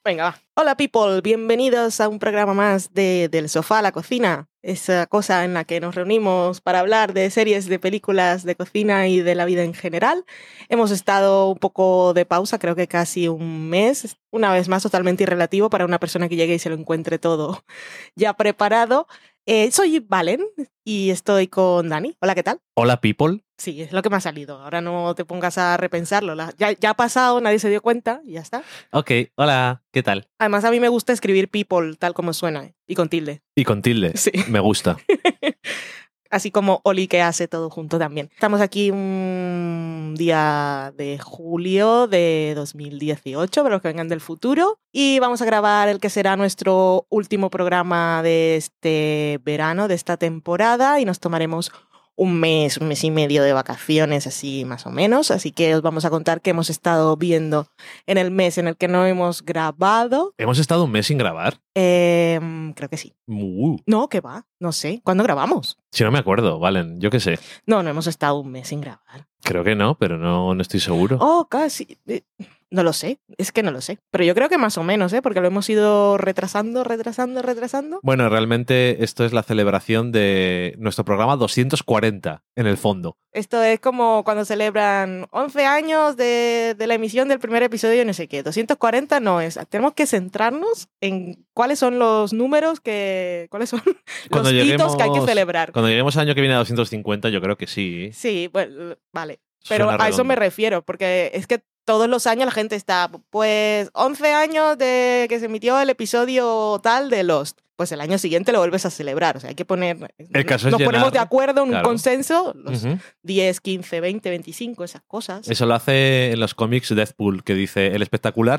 Venga, va. Hola people, bienvenidos a un programa más de Del Sofá a la Cocina. Esa cosa en la que nos reunimos para hablar de series, de películas, de cocina y de la vida en general. Hemos estado un poco de pausa, creo que casi un mes. Una vez más, totalmente irrelativo para una persona que llegue y se lo encuentre todo ya preparado. Soy Valen y estoy con Dani. Hola, ¿qué tal? Hola, people. Sí, es lo que me ha salido. Ahora no te pongas a repensarlo. Ya ha pasado, nadie se dio cuenta y ya está. Ok, hola, ¿qué tal? Además, a mí me gusta escribir people tal como suena y con tilde. Y con tilde. Sí. Me gusta. Así como Oli que hace todo junto también. Estamos aquí un día de julio de 2018, para los que vengan del futuro. Y vamos a grabar el que será nuestro último programa de este verano, de esta temporada. Y nos tomaremos un mes y medio de vacaciones, así más o menos. Así que os vamos a contar qué hemos estado viendo en el mes en el que no hemos grabado. ¿Hemos estado un mes sin grabar? Creo que sí. No, ¿qué va? No sé. ¿Cuándo grabamos? Si no me acuerdo, Valen, yo qué sé. No hemos estado un mes sin grabar. Creo que no, pero no estoy seguro. Oh, casi. No lo sé, es que no lo sé. Pero yo creo que más o menos, porque lo hemos ido retrasando. Bueno, realmente esto es la celebración de nuestro programa 240, en el fondo. Esto es como cuando celebran 11 años de la emisión del primer episodio, no sé qué. 240 no es. Tenemos que centrarnos en cuáles son los números cuáles son los hitos que hay que celebrar. Cuando lleguemos al año que viene a 250, yo creo que sí. Sí, bueno, vale. Pero a eso me refiero, porque es que todos los años la gente está, pues, 11 años de que se emitió el episodio tal de Lost. Pues el año siguiente lo vuelves a celebrar. O sea, hay que poner... El caso nos es ponemos de acuerdo en claro. un consenso, los 10, 15, 20, 25, esas cosas. Eso lo hace en los cómics Deathpool, que dice el espectacular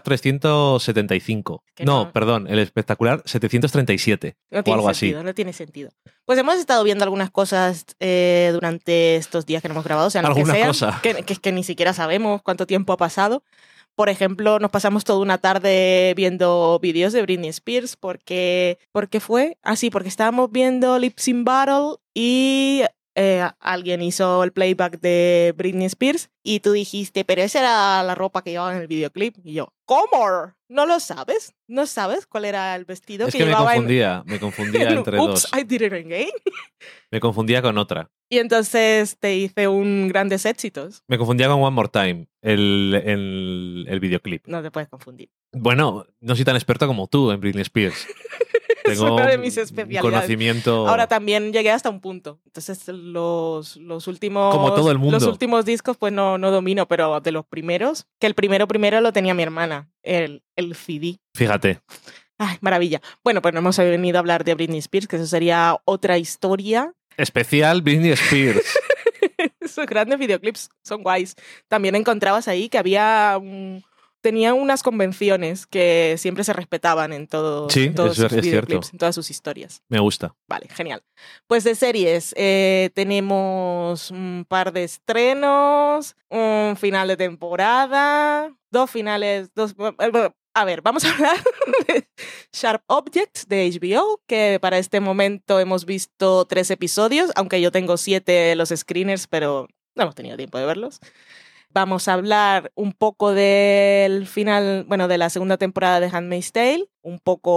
375. Perdón, el espectacular 737. No tiene o algo sentido, así. No tiene sentido. Pues hemos estado viendo algunas cosas durante estos días que no hemos grabado, o sea, lo que sea, que ni siquiera sabemos cuánto tiempo ha pasado. Por ejemplo, nos pasamos toda una tarde viendo vídeos de Britney Spears porque fue así, porque estábamos viendo Lip Sync Battle y alguien hizo el playback de Britney Spears y tú dijiste, pero esa era la ropa que llevaba en el videoclip. Y yo, ¿cómo? ¿No lo sabes? ¿No sabes cuál era el vestido que llevaba? Me confundía entre Oops, dos. I did it again. Me confundía con otra. Y entonces te hice un grandes éxitos. Me confundía con One More Time, el videoclip. No te puedes confundir. Bueno, no soy tan experto como tú en Britney Spears. Tengo es una de mis especialidades. Conocimiento. Ahora también llegué hasta un punto. Entonces los últimos... Como todo el mundo. Los últimos discos pues no domino, pero de los primeros, que el primero lo tenía mi hermana, el CD. Fíjate. Ay, maravilla. Bueno, pues no hemos venido a hablar de Britney Spears, que eso sería otra historia. Especial Britney Spears. Esos grandes videoclips son guays. También encontrabas ahí que había... Tenía unas convenciones que siempre se respetaban en todos sus videoclips, en todas sus historias. Me gusta. Vale, genial. Pues de series, tenemos un par de estrenos, un final de temporada, dos finales... A ver, vamos a hablar de Sharp Objects de HBO, que para este momento hemos visto 3 episodios, aunque yo tengo 7 los screeners, pero no hemos tenido tiempo de verlos. Vamos a hablar un poco del final, bueno, de la segunda temporada de Handmaid's Tale, muy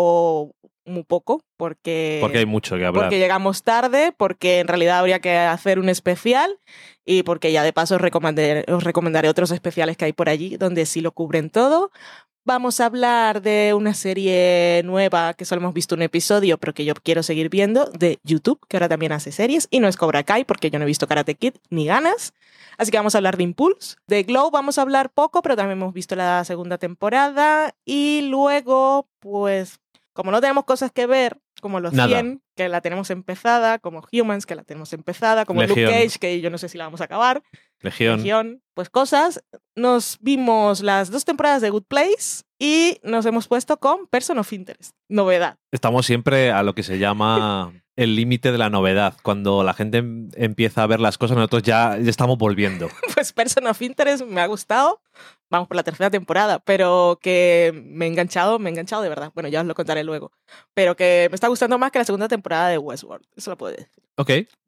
poco, porque hay mucho que hablar. Porque llegamos tarde, porque en realidad habría que hacer un especial y porque ya de paso os recomendaré otros especiales que hay por allí donde sí lo cubren todo. Vamos a hablar de una serie nueva que solo hemos visto un episodio, pero que yo quiero seguir viendo, de YouTube, que ahora también hace series, y no es Cobra Kai, porque yo no he visto Karate Kid ni ganas. Así que vamos a hablar de Impulse. De Glow vamos a hablar poco, pero también hemos visto la segunda temporada. Y luego, pues, como no tenemos cosas que ver, como Los 100, que la tenemos empezada, como Humans, que la tenemos empezada, como Legión. Luke Cage, que yo no sé si la vamos a acabar. Legión. Pues cosas. Nos vimos las 2 temporadas de Good Place y nos hemos puesto con Person of Interest. Novedad. Estamos siempre a lo que se llama el límite de la novedad. Cuando la gente empieza a ver las cosas, nosotros ya estamos volviendo. Pues Person of Interest me ha gustado. Vamos por la 3ª temporada, pero que me he enganchado de verdad. Bueno, ya os lo contaré luego. Pero que me está gustando más que la 2ª temporada de Westworld. Eso lo puedo decir. Ok. ¿Vale?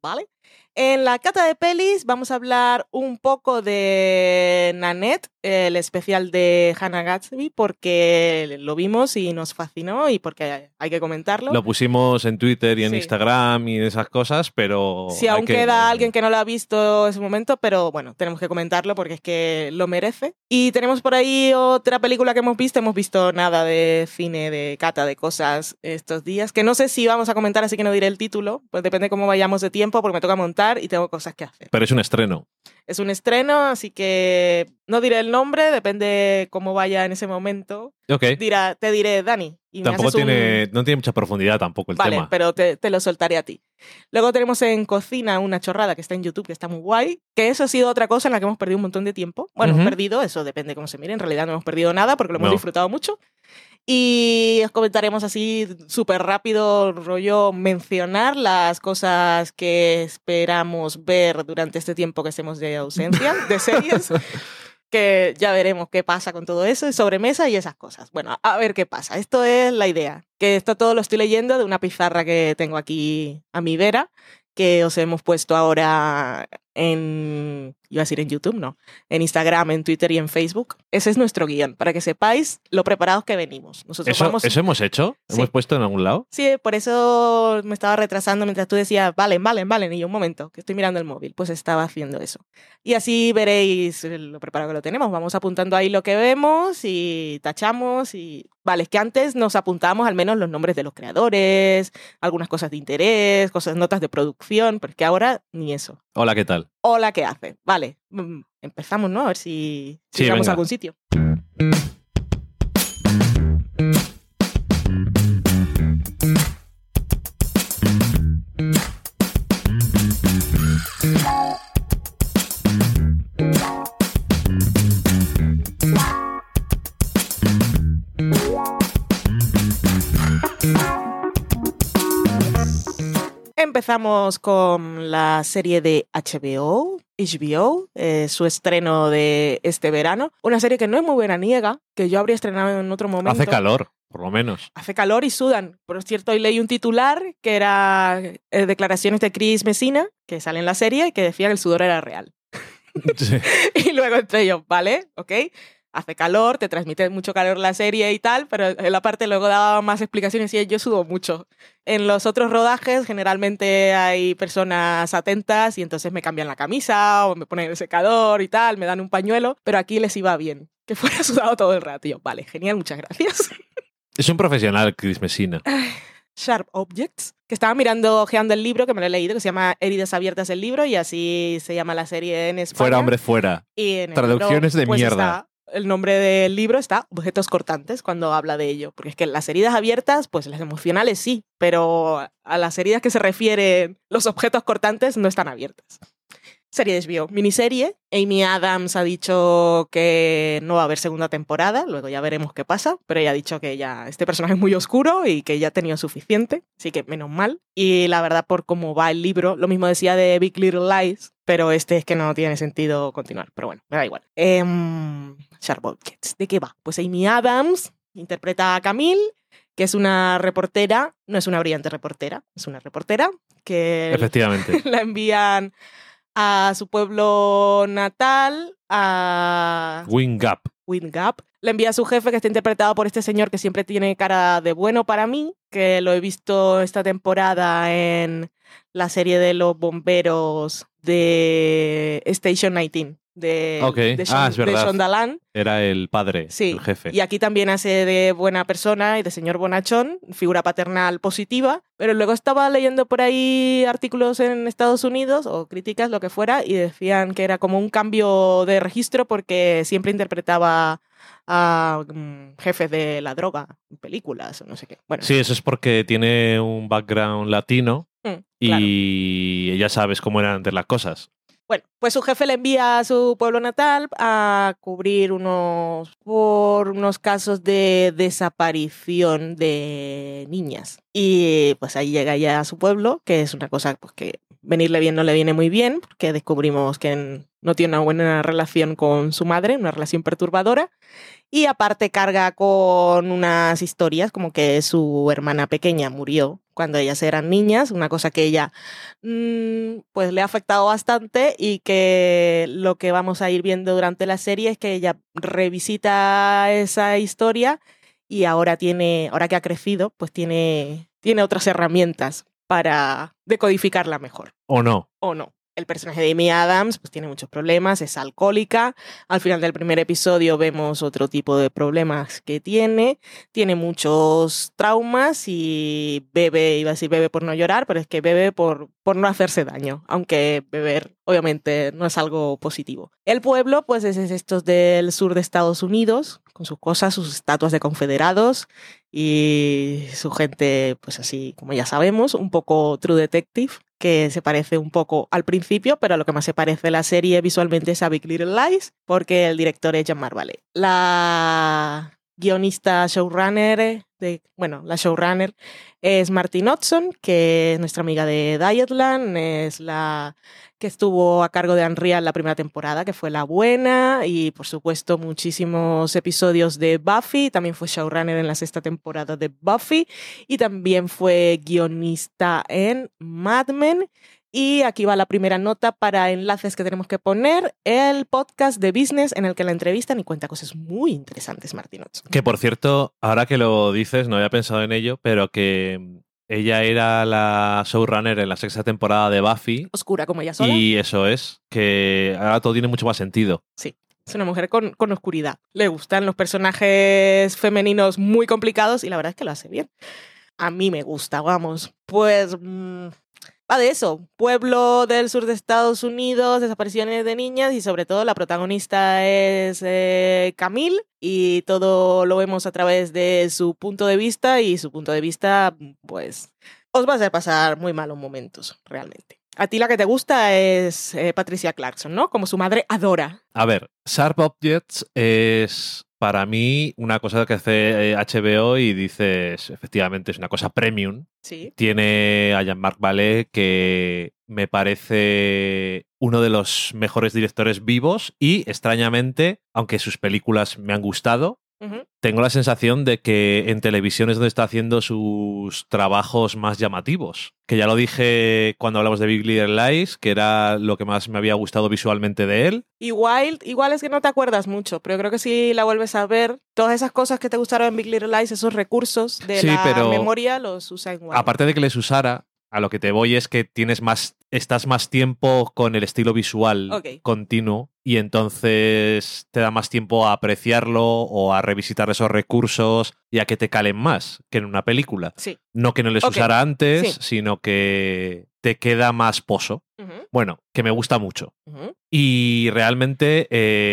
En la cata de pelis vamos a hablar un poco de Nanette, el especial de Hannah Gadsby, porque lo vimos y nos fascinó y porque hay que comentarlo. Lo pusimos en Twitter y en Instagram y esas cosas, pero... Sí, aún queda alguien que no lo ha visto en ese momento, pero bueno, tenemos que comentarlo porque es que lo merece. Y tenemos por ahí otra película que hemos visto nada de cine, de cata, de cosas estos días, que no sé si vamos a comentar, así que no diré el título, pues depende de cómo vayamos de tiempo, porque me toca montar y tengo cosas que hacer. Pero es un estreno. Es un estreno, así que no diré el nombre, depende cómo vaya en ese momento. Okay. Te diré, Dani. Y tampoco no tiene mucha profundidad tampoco el tema. Vale, pero te lo soltaré a ti. Luego tenemos en cocina una chorrada que está en YouTube, que está muy guay, que eso ha sido otra cosa en la que hemos perdido un montón de tiempo. Bueno, perdido, eso depende de cómo se mire. En realidad no hemos perdido nada porque lo hemos disfrutado mucho. Y os comentaremos así súper rápido, rollo, mencionar las cosas que esperamos ver durante este tiempo que estemos de ausencia de series, que ya veremos qué pasa con todo eso, y sobremesa y esas cosas. Bueno, a ver qué pasa. Esto es la idea, que esto todo lo estoy leyendo de una pizarra que tengo aquí a mi vera, que os hemos puesto ahora en YouTube, no, en Instagram, en Twitter y en Facebook. Ese es nuestro guión, para que sepáis lo preparados que venimos. ¿Eso hemos hecho? Sí. ¿Hemos puesto en algún lado? Sí, por eso me estaba retrasando mientras tú decías, valen, y yo un momento, que estoy mirando el móvil, pues estaba haciendo eso. Y así veréis lo preparado que lo tenemos. Vamos apuntando ahí lo que vemos y tachamos y... Vale, es que antes nos apuntamos al menos los nombres de los creadores, algunas cosas de interés, notas de producción, porque ahora ni eso. Hola, ¿qué tal? Hola, ¿qué hace? Vale, empezamos, ¿no? A ver si llegamos a algún sitio. Empezamos con la serie de HBO, su estreno de este verano. Una serie que no es muy veraniega, que yo habría estrenado en otro momento. Hace calor, por lo menos. Hace calor y sudan. Por cierto, hoy leí un titular que era declaraciones de Chris Messina, que sale en la serie, y que decía que el sudor era real. Sí. Y luego entre ellos, ¿vale? ¿Ok? Hace calor, te transmite mucho calor la serie y tal, pero en la parte luego daba más explicaciones y yo sudo mucho. En los otros rodajes generalmente hay personas atentas y entonces me cambian la camisa o me ponen el secador y tal, me dan un pañuelo, pero aquí les iba bien, que fuera sudado todo el rato. Y yo, vale, genial, muchas gracias. Es un profesional, Chris Messina. Sharp Objects, que estaba ojeando el libro, que me lo he leído, que se llama Heridas Abiertas el libro, y así se llama la serie en España. Fuera, hombre, fuera. Y en traducciones libro, de pues mierda. El nombre del libro está Objetos cortantes cuando habla de ello, porque es que las heridas abiertas, pues las emocionales sí, pero a las heridas que se refieren los objetos cortantes no están abiertas. Serie de HBO, miniserie. Amy Adams ha dicho que no va a haber segunda temporada, luego ya veremos qué pasa, pero ella ha dicho que ya este personaje es muy oscuro y que ya ha tenido suficiente, así que menos mal. Y la verdad, por cómo va el libro, lo mismo decía de Big Little Lies, pero es que no tiene sentido continuar, pero bueno, me da igual. Sharp Objects, ¿de qué va? Pues Amy Adams interpreta a Camille, que es una reportera, no es una brillante reportera, es una reportera que efectivamente la envían a su pueblo natal, a Wind Gap. Le envía a su jefe, que está interpretado por este señor que siempre tiene cara de bueno para mí, que lo he visto esta temporada en la serie de los bomberos de Station 19. De Shondaland. Era el padre, sí, el jefe. Y aquí también hace de buena persona y de señor bonachón, figura paternal positiva, pero luego estaba leyendo por ahí artículos en Estados Unidos, o críticas, lo que fuera, y decían que era como un cambio de registro porque siempre interpretaba a jefes de la droga en películas o no sé qué. Bueno, sí, eso es porque tiene un background latino y claro. ya sabes cómo eran antes las cosas. Bueno, Pues su jefe le envía a su pueblo natal a cubrir por unos casos de desaparición de niñas. Y pues ahí llega ya a su pueblo, que es una cosa pues, que venirle bien no le viene muy bien, porque descubrimos que no tiene una buena relación con su madre, una relación perturbadora. Y aparte carga con unas historias como que su hermana pequeña murió cuando ellas eran niñas, una cosa que ella pues le ha afectado bastante y que lo que vamos a ir viendo durante la serie es que ella revisita esa historia y ahora que ha crecido, pues tiene otras herramientas para decodificarla mejor. ¿O no? O no. El personaje de Amy Adams pues tiene muchos problemas, es alcohólica. Al final del primer episodio vemos otro tipo de problemas que tiene muchos traumas y bebe, iba a decir bebe por no llorar, pero es que bebe por no hacerse daño, aunque beber obviamente no es algo positivo. El pueblo pues es estos del sur de Estados Unidos, con sus cosas, sus estatuas de confederados y su gente pues así como ya sabemos, un poco True Detective, que se parece un poco al principio, pero a lo que más se parece la serie visualmente es a Big Little Lies, porque el director es Jean-Marc Vallée. La guionista showrunner, la showrunner es Martin Hudson, que es nuestra amiga de Dietland, es la que estuvo a cargo de Unreal la primera temporada, que fue la buena, y por supuesto muchísimos episodios de Buffy, también fue showrunner en la 6ª temporada de Buffy, y también fue guionista en Mad Men. Y aquí va la primera nota para enlaces que tenemos que poner, el podcast de Business en el que la entrevistan y cuenta cosas muy interesantes, Martin Hudson. Que por cierto, ahora que lo dices, no había pensado en ello, pero que ella era la showrunner en la 6ª temporada de Buffy. Oscura como ella sola. Y eso es, que ahora todo tiene mucho más sentido. Sí. Es una mujer con oscuridad. Le gustan los personajes femeninos muy complicados y la verdad es que lo hace bien. A mí me gusta, vamos. Pues va de eso. Pueblo del sur de Estados Unidos, desapariciones de niñas y sobre todo la protagonista es Camille y todo lo vemos a través de su punto de vista y su punto de vista pues os va a hacer pasar muy malos momentos, realmente. A ti la que te gusta es Patricia Clarkson, ¿no? Como su madre adora. A ver, Sharp Objects es para mí una cosa que hace HBO y dices, efectivamente, es una cosa premium. Sí. Tiene a Jean-Marc Vallée, que me parece uno de los mejores directores vivos y, extrañamente, aunque sus películas me han gustado, tengo la sensación de que en televisión es donde está haciendo sus trabajos más llamativos. Que ya lo dije cuando hablamos de Big Little Lies, que era lo que más me había gustado visualmente de él. Igual es que no te acuerdas mucho, pero yo creo que si la vuelves a ver, todas esas cosas que te gustaron en Big Little Lies, esos recursos de memoria, los usa en Wild. Aparte de que les usara, a lo que te voy es que estás más tiempo con el estilo visual continuo y entonces te da más tiempo a apreciarlo o a revisitar esos recursos y a que te calen más que en una película. Sí. No que no les usara antes, sino que te queda más pozo. Bueno, que me gusta mucho. Y realmente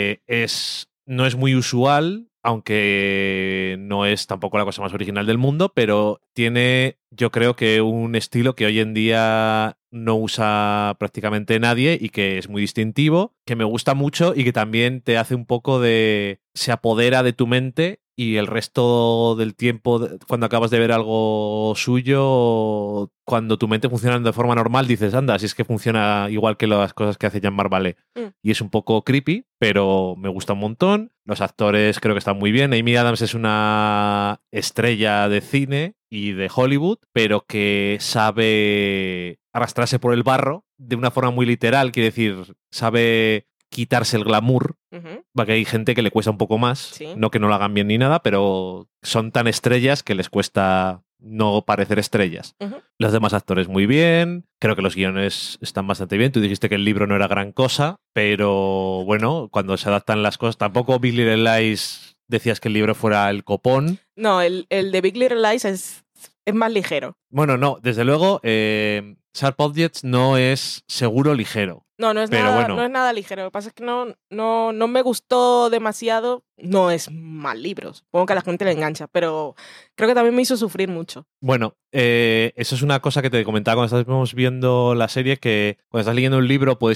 no es muy usual, aunque no es tampoco la cosa más original del mundo, pero tiene, yo creo que un estilo que hoy en día no usa prácticamente nadie y que es muy distintivo, que me gusta mucho y que también te hace un poco se apodera de tu mente y el resto del tiempo, cuando acabas de ver algo suyo, cuando tu mente funciona de forma normal, dices, anda, si es que funciona igual que las cosas que hace Jean-Marc Vallée. Y es un poco creepy, pero me gusta un montón. Los actores creo que están muy bien. Amy Adams es una estrella de cine y de Hollywood, pero que sabe arrastrarse por el barro de una forma muy literal, quiere decir, sabe quitarse el glamour, porque hay gente que le cuesta un poco más, no que no lo hagan bien ni nada, pero son tan estrellas que les cuesta no parecer estrellas. Los demás actores muy bien, creo que los guiones están bastante bien. Tú dijiste que el libro no era gran cosa, pero bueno, cuando se adaptan las cosas, tampoco Big Little Lies decías que el libro fuera el copón. No, el de Big Little Lies es más ligero. Bueno, no, desde luego Sharp Objects no es seguro ligero. No es nada ligero. Lo que pasa es que no me gustó demasiado. No es mal libro. Supongo que a la gente le engancha, pero creo que también me hizo sufrir mucho. Bueno, eso es una cosa que te comentaba cuando estábamos viendo la serie, que cuando estás leyendo un libro puedes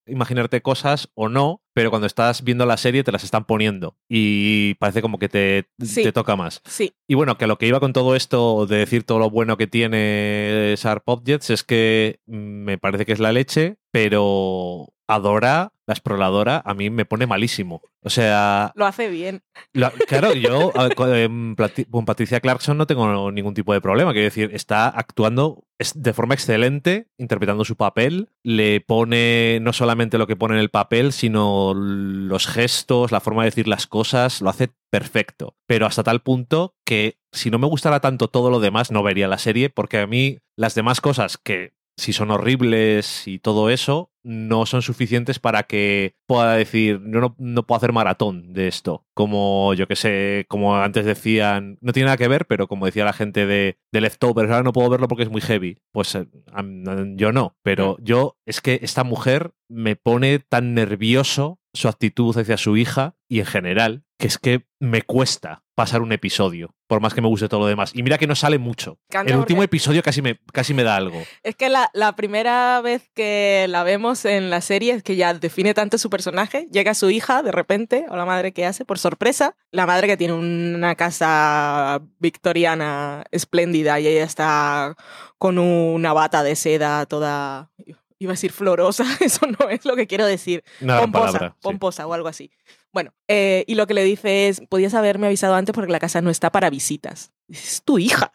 imaginarte cosas o no, pero cuando estás viendo la serie te las están poniendo y parece como que te toca más. Sí. Y bueno, que a lo que iba con todo esto de decir todo lo bueno que tiene Sharp Objects es que me parece que es la leche, pero Adora, la exploradora, a mí me pone malísimo. O sea... Lo hace bien. Claro, yo con Patricia Clarkson no tengo ningún tipo de problema. Quiero decir, está actuando de forma excelente, interpretando su papel. Le pone no solamente lo que pone en el papel, sino los gestos, la forma de decir las cosas. Lo hace perfecto. Pero hasta tal punto que si no me gustara tanto todo lo demás, no vería la serie, porque a mí las demás cosas que si son horribles y todo eso, no son suficientes para que pueda decir, no puedo hacer maratón de esto. Como, yo que sé, como antes decían, no tiene nada que ver, pero como decía la gente de Leftovers, ahora no puedo verlo porque es muy heavy. Pues yo no, pero yo, es que esta mujer me pone tan nervioso su actitud hacia su hija y en general, que es que me cuesta pasar un episodio, por más que me guste todo lo demás. Y mira que no sale mucho. El último episodio casi me da algo. Es que la primera vez que la vemos en la serie es que ya define tanto su personaje. Llega su hija de repente, o la madre que hace, por sorpresa. La madre que tiene una casa victoriana espléndida y ella está con una bata de seda toda... Iba a decir florosa, eso no es lo que quiero decir. Pomposa o algo así. Bueno, y lo que le dice es, podías haberme avisado antes porque la casa no está para visitas. Es tu hija.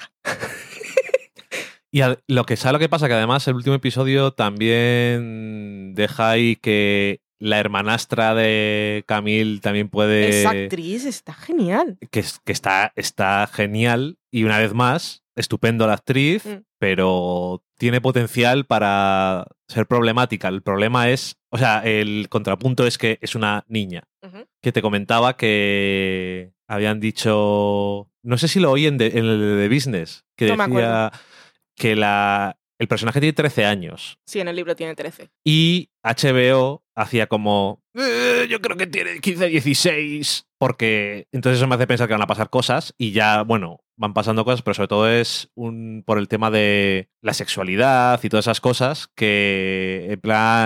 Y lo que pasa, que además el último episodio también deja ahí que la hermanastra de Camille también puede... Esa actriz está genial. Que está genial y una vez más, estupendo la actriz, pero tiene potencial para ser problemática. El problema es, o sea, el contrapunto es que es una niña. Que te comentaba que habían dicho, no sé si lo oí en el de Business, que no decía que el personaje tiene 13 años. Sí, en el libro tiene 13. Y HBO hacía como, yo creo que tiene 15, 16, porque entonces eso me hace pensar que van a pasar cosas y ya, bueno, van pasando cosas, pero sobre todo es por el tema de la sexualidad y todas esas cosas que, en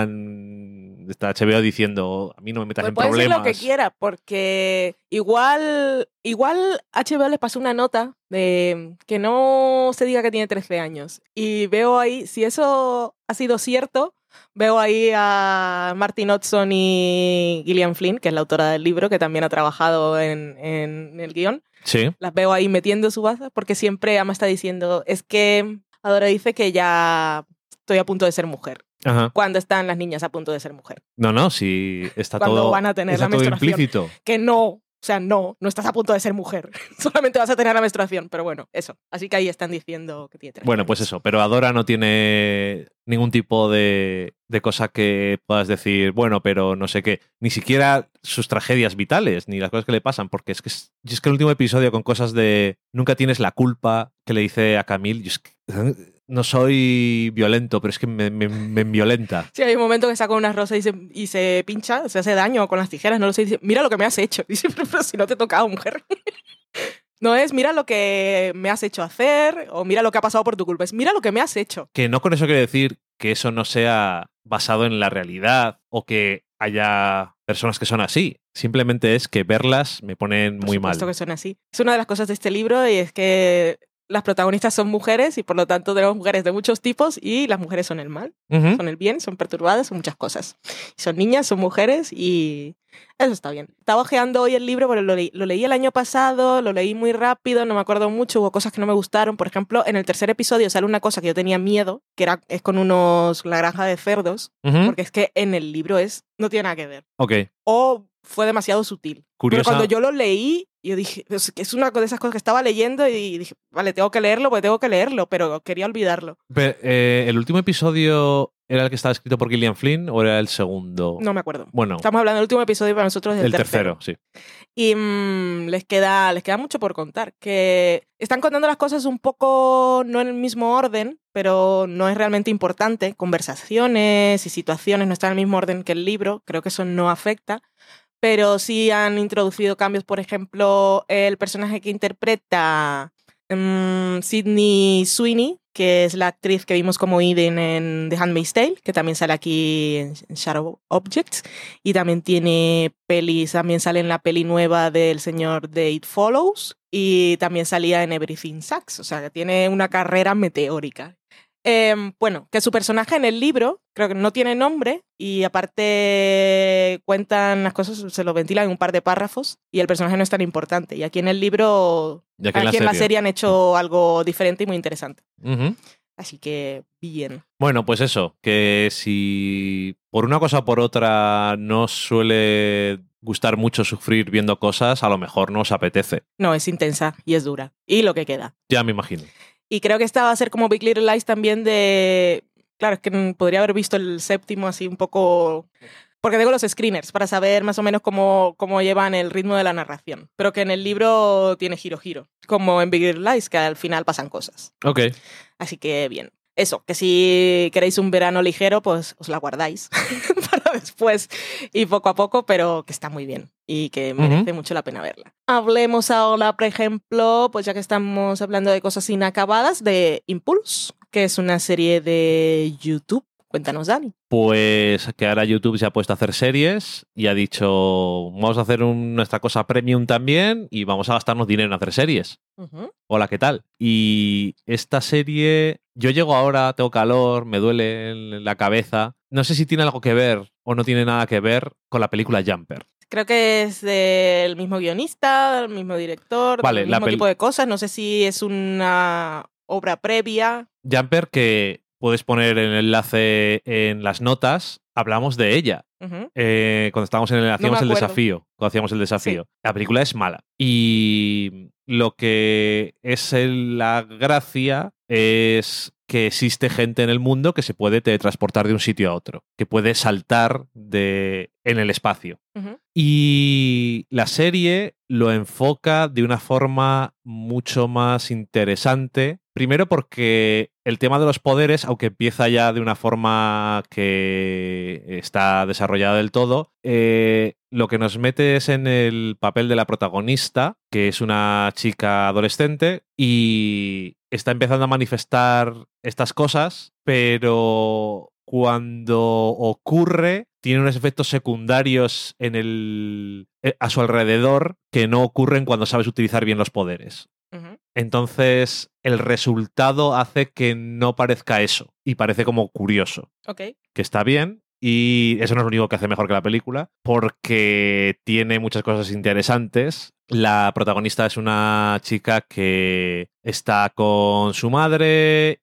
plan, está HBO diciendo, a mí no me metas en problemas. Puede decir lo que quiera, porque igual HBO les pasó una nota de que no se diga que tiene 13 años. Y veo ahí, si eso ha sido cierto, veo ahí a Martin Hudson y Gillian Flynn, que es la autora del libro, que también ha trabajado en el guión. Sí. Las veo ahí metiendo su baza, porque siempre Ama está diciendo, es que Adora dice que ya estoy a punto de ser mujer. Ajá. Cuando están las niñas a punto de ser mujer. No, si está cuando todo, van a tener la menstruación. Implícito. Que no. O sea, no estás a punto de ser mujer. Solamente vas a tener la menstruación. Pero bueno, eso. Así que ahí están diciendo que tiene 13 Bueno, años. pues eso. Pero Adora no tiene ningún tipo de cosa que puedas decir, bueno, pero no sé qué. Ni siquiera sus tragedias vitales, ni las cosas que le pasan. Porque es que el último episodio con cosas de nunca tienes la culpa que le dice a Camille, yo es que no soy violento, pero es que me violenta. Sí, hay un momento que saca una rosa y se pincha, se hace daño con las tijeras, no lo sé, y dice, mira lo que me has hecho. Dice, pero si no te he tocado, mujer. No es, mira lo que me has hecho hacer, o mira lo que ha pasado por tu culpa, es, mira lo que me has hecho. Que no con eso quiere decir que eso no sea basado en la realidad, o que haya personas que son así. Simplemente es que verlas me ponen muy mal. Por supuesto que son así. Es una de las cosas de este libro, y es que las protagonistas son mujeres y por lo tanto tenemos mujeres de muchos tipos y las mujeres son el mal, son el bien, son perturbadas, son muchas cosas. Son niñas, son mujeres y eso está bien. Estaba ojeando hoy el libro, pero lo leí el año pasado, lo leí muy rápido, no me acuerdo mucho, hubo cosas que no me gustaron. Por ejemplo, en el tercer episodio sale una cosa que yo tenía miedo, que es con la granja de cerdos, porque es que en el libro no tiene nada que ver. Okay. O fue demasiado sutil. Curiosa. Pero cuando yo lo leí, yo dije, es una de esas cosas que estaba leyendo y dije, vale, tengo que leerlo, pero quería olvidarlo. Pero, ¿el último episodio era el que estaba escrito por Gillian Flynn o era el segundo? No me acuerdo. Bueno. Estamos hablando del último episodio, para nosotros es el tercero. Sí. Y les queda mucho por contar. Que están contando las cosas un poco, no en el mismo orden, pero no es realmente importante. Conversaciones y situaciones no están en el mismo orden que el libro. Creo que eso no afecta. Pero sí han introducido cambios. Por ejemplo, el personaje que interpreta Sydney Sweeney, que es la actriz que vimos como Eden en The Handmaid's Tale, que también sale aquí en Shadow Objects, y también tiene pelis, también sale en la peli nueva del señor de It Follows, y también salía en Everything Sucks, o sea que tiene una carrera meteórica. Bueno, que su personaje en el libro creo que no tiene nombre y aparte cuentan las cosas, se lo ventilan en un par de párrafos y el personaje no es tan importante. Y aquí en el libro, aquí en la serie han hecho algo diferente y muy interesante. Así que bien. Bueno, pues eso, que si por una cosa o por otra no suele gustar mucho sufrir viendo cosas, a lo mejor no os apetece. No, es intensa y es dura. Y lo que queda. Ya me imagino. Y creo que esta va a ser como Big Little Lies también de... Claro, es que podría haber visto el séptimo así un poco... Porque tengo los screeners para saber más o menos cómo llevan el ritmo de la narración. Pero que en el libro tiene giro, como en Big Little Lies, que al final pasan cosas. Ok. Así que bien. Eso, que si queréis un verano ligero, pues os la guardáis para después y poco a poco, pero que está muy bien y que merece mucho la pena verla. Hablemos ahora, por ejemplo, pues ya que estamos hablando de cosas inacabadas, de Impulse, que es una serie de YouTube. Cuéntanos, Dani. Pues que ahora YouTube se ha puesto a hacer series y ha dicho, vamos a hacer nuestra cosa premium también y vamos a gastarnos dinero en hacer series. Hola, ¿qué tal? Y esta serie, yo llego ahora, tengo calor, me duele en la cabeza. No sé si tiene algo que ver o no tiene nada que ver con la película Jumper. Creo que es del mismo guionista, del mismo director, vale, del mismo tipo de cosas. No sé si es una obra previa. Jumper, que puedes poner el enlace en las notas, hablamos de ella. Cuando estábamos hacíamos el desafío. Cuando hacíamos el desafío. Sí. La película es mala. Y lo que es la gracia es que existe gente en el mundo que se puede teletransportar de un sitio a otro, que puede saltar en el espacio. Y la serie lo enfoca de una forma mucho más interesante. Primero porque el tema de los poderes, aunque empieza ya de una forma que está desarrollada del todo, lo que nos mete es en el papel de la protagonista, que es una chica adolescente y está empezando a manifestar estas cosas, pero cuando ocurre tiene unos efectos secundarios a su alrededor que no ocurren cuando sabes utilizar bien los poderes. Entonces, el resultado hace que no parezca eso y parece como curioso. Okay. Que está bien. Y eso no es lo único que hace mejor que la película, porque tiene muchas cosas interesantes. La protagonista es una chica que está con su madre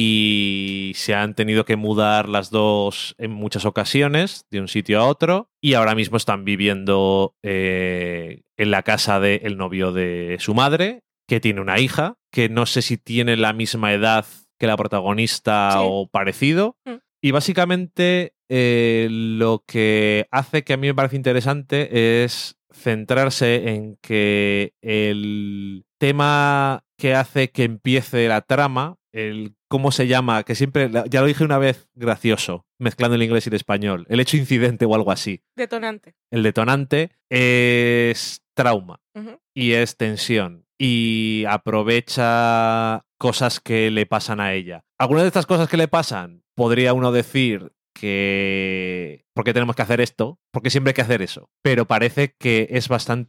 y se han tenido que mudar las dos en muchas ocasiones de un sitio a otro y ahora mismo están viviendo en la casa del novio de su madre, que tiene una hija, que no sé si tiene la misma edad que la protagonista o parecido. Y básicamente lo que hace que a mí me parece interesante es centrarse en que el tema que hace que empiece la trama, el cómo se llama, que siempre, ya lo dije una vez gracioso, mezclando el inglés y el español, el hecho incidente o algo así. Detonante. El detonante es trauma y es tensión y aprovecha cosas que le pasan a ella. Algunas de estas cosas que le pasan, podría uno decir que ¿por qué tenemos que hacer esto? Porque siempre hay que hacer eso. Pero parece que es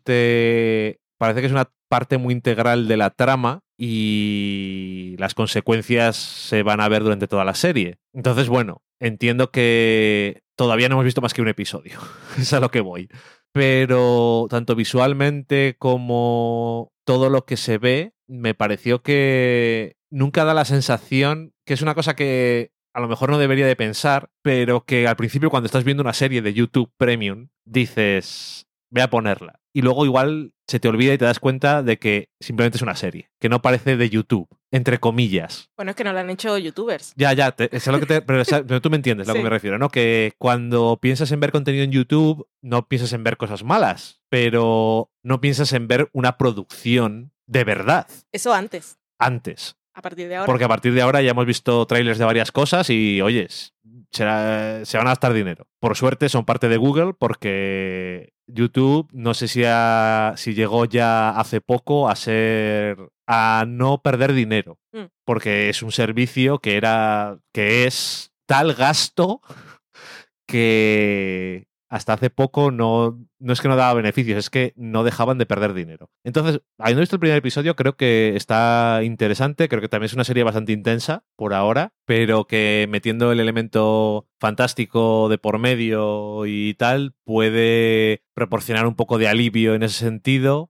una parte muy integral de la trama y las consecuencias se van a ver durante toda la serie. Entonces, bueno, entiendo que todavía no hemos visto más que un episodio. Es a lo que voy. Pero tanto visualmente como todo lo que se ve, me pareció que nunca da la sensación, que es una cosa que a lo mejor no debería de pensar, pero que al principio cuando estás viendo una serie de YouTube Premium dices, voy a ponerla. Y luego igual se te olvida y te das cuenta de que simplemente es una serie, que no parece de YouTube, entre comillas. Bueno, es que no la han hecho youtubers. Ya, pero tú me entiendes a lo que me refiero, ¿no? Que cuando piensas en ver contenido en YouTube, no piensas en ver cosas malas, pero no piensas en ver una producción de verdad. Eso antes. Antes. A partir de ahora. Porque a partir de ahora ya hemos visto trailers de varias cosas y, oyes, se van a gastar dinero. Por suerte son parte de Google porque YouTube, no sé si llegó ya hace poco a ser a no perder dinero, porque es un servicio que es tal gasto que hasta hace poco no es que no daba beneficios, es que no dejaban de perder dinero. Entonces, habiendo visto el primer episodio, creo que está interesante, creo que también es una serie bastante intensa por ahora, pero que metiendo el elemento fantástico de por medio y tal, puede proporcionar un poco de alivio en ese sentido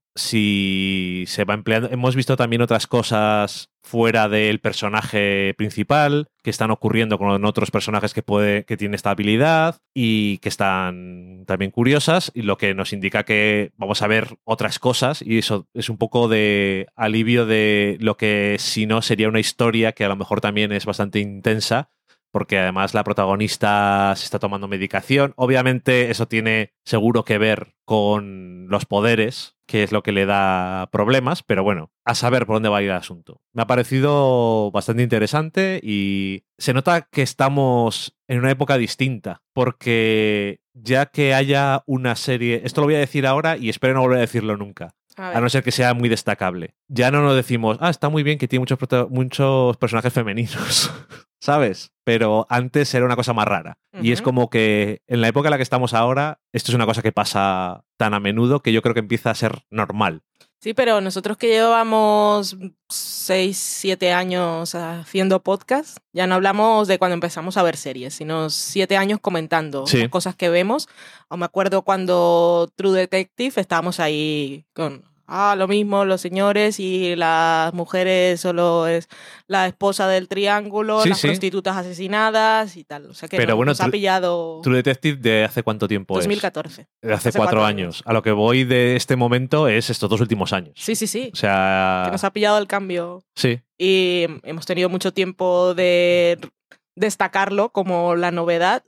si se va empleando. Hemos visto también otras cosas fuera del personaje principal que están ocurriendo con otros personajes que tienen esta habilidad y que están también curiosas, y lo que nos indica que vamos a ver otras cosas, y eso es un poco de alivio de lo que si no sería una historia que a lo mejor también es bastante intensa, porque además la protagonista se está tomando medicación. Obviamente eso tiene seguro que ver con los poderes, que es lo que le da problemas, pero bueno, a saber por dónde va a ir el asunto. Me ha parecido bastante interesante y se nota que estamos en una época distinta, porque ya que haya una serie, esto lo voy a decir ahora y espero no volver a decirlo nunca, a no ser que sea muy destacable. Ya no nos decimos, está muy bien que tiene muchos personajes femeninos, ¿sabes? Pero antes era una cosa más rara. Y es como que en la época en la que estamos ahora, esto es una cosa que pasa tan a menudo que yo creo que empieza a ser normal. Sí, pero nosotros que llevamos 6, 7 años haciendo podcast, ya no hablamos de cuando empezamos a ver series, sino 7 años comentando las cosas que vemos. O me acuerdo cuando True Detective estábamos ahí con... lo mismo, los señores y las mujeres, solo es la esposa del triángulo, las prostitutas asesinadas y tal. O sea que pero bueno, nos ha pillado... True Detective, ¿de hace cuánto tiempo 2014. es? 2014. Hace 4 años. A lo que voy de este momento es estos 2 últimos años. Sí. O sea... que nos ha pillado el cambio. Sí. Y hemos tenido mucho tiempo de destacarlo como la novedad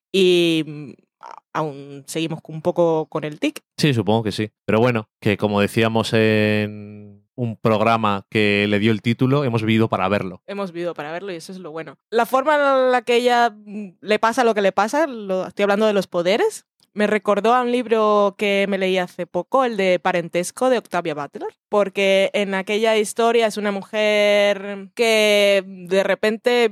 y... aún seguimos un poco con el tic. Sí, supongo que sí. Pero bueno, que como decíamos en un programa que le dio el título, hemos vivido para verlo. Hemos vivido para verlo y eso es lo bueno. La forma en la que ella le pasa lo que le pasa, estoy hablando de los poderes, me recordó a un libro que me leí hace poco, el de Parentesco de Octavia Butler, porque en aquella historia es una mujer que de repente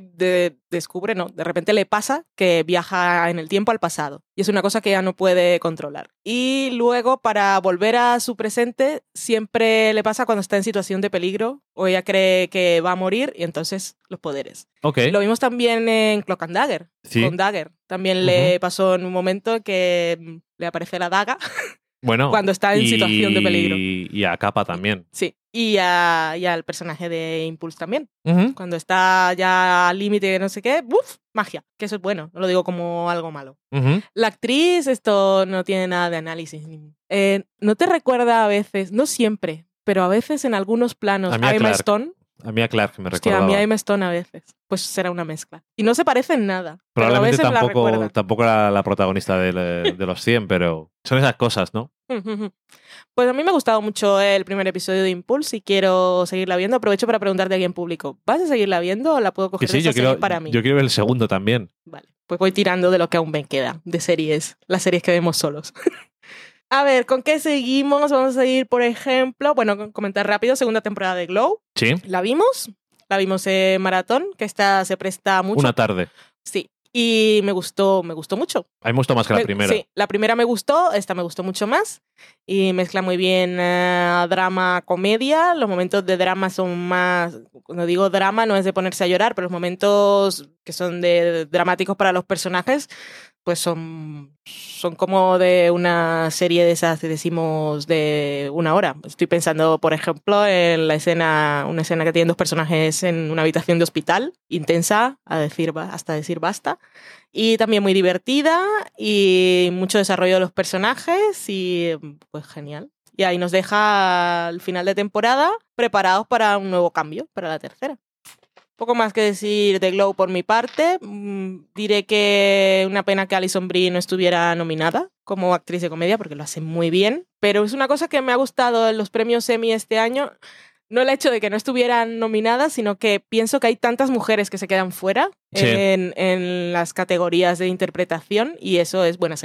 de repente le pasa que viaja en el tiempo al pasado y es una cosa que ella no puede controlar. Y luego, para volver a su presente, siempre le pasa cuando está en situación de peligro o ella cree que va a morir, y entonces los poderes. Okay. Lo vimos también en Cloak and Dagger. Sí. Con Dagger también le pasó en un momento que le aparece la daga. Bueno, cuando está en situación de peligro. Y a Kappa también. Sí, y al personaje de Impulse también. Cuando está ya al límite de no sé qué, ¡buf! Magia. Que eso es bueno, no lo digo como algo malo. La actriz, esto no tiene nada de análisis. ¿No te recuerda a veces, no siempre, pero a veces en algunos planos, a Emma Stone? A mí a Clark me recordaba. A mí a Emma Stone a veces. Pues será una mezcla. Y no se parece en nada. Probablemente pero a veces tampoco era la protagonista de los 100, pero son esas cosas, ¿no? Pues a mí me ha gustado mucho el primer episodio de Impulse y quiero seguirla viendo. Aprovecho para preguntarte aquí en público, ¿vas a seguirla viendo o la puedo coger que sí, para mí? Yo quiero ver el segundo también. Vale, pues voy tirando de lo que aún me queda de series, las series que vemos solos. A ver, ¿con qué seguimos? Vamos a seguir, por ejemplo, bueno, comentar rápido, segunda temporada de Glow. Sí. ¿La vimos? La vimos en maratón, que esta se presta mucho. Una tarde. Sí. Y me gustó mucho. A mí me gustó más que la primera. Sí, la primera me gustó, esta me gustó mucho más. Y mezcla muy bien drama, comedia. Los momentos de drama son más... Cuando digo drama no es de ponerse a llorar, pero los momentos que son dramáticos para los personajes, pues son como de una serie de esas que decimos de 1 hora. Estoy pensando, por ejemplo, en una escena que tienen 2 personajes en una habitación de hospital, intensa, hasta decir basta. Y también muy divertida y mucho desarrollo de los personajes y pues genial. Y ahí nos deja al final de temporada preparados para un nuevo cambio, para la tercera. Poco más que decir de Glow por mi parte. Diré que una pena que Alison Brie no estuviera nominada como actriz de comedia porque lo hace muy bien. Pero es una cosa que me ha gustado en los premios Emmy este año. No el hecho de que no estuvieran nominadas, sino que pienso que hay tantas mujeres que se quedan fuera en las categorías de interpretación y eso es buena señal.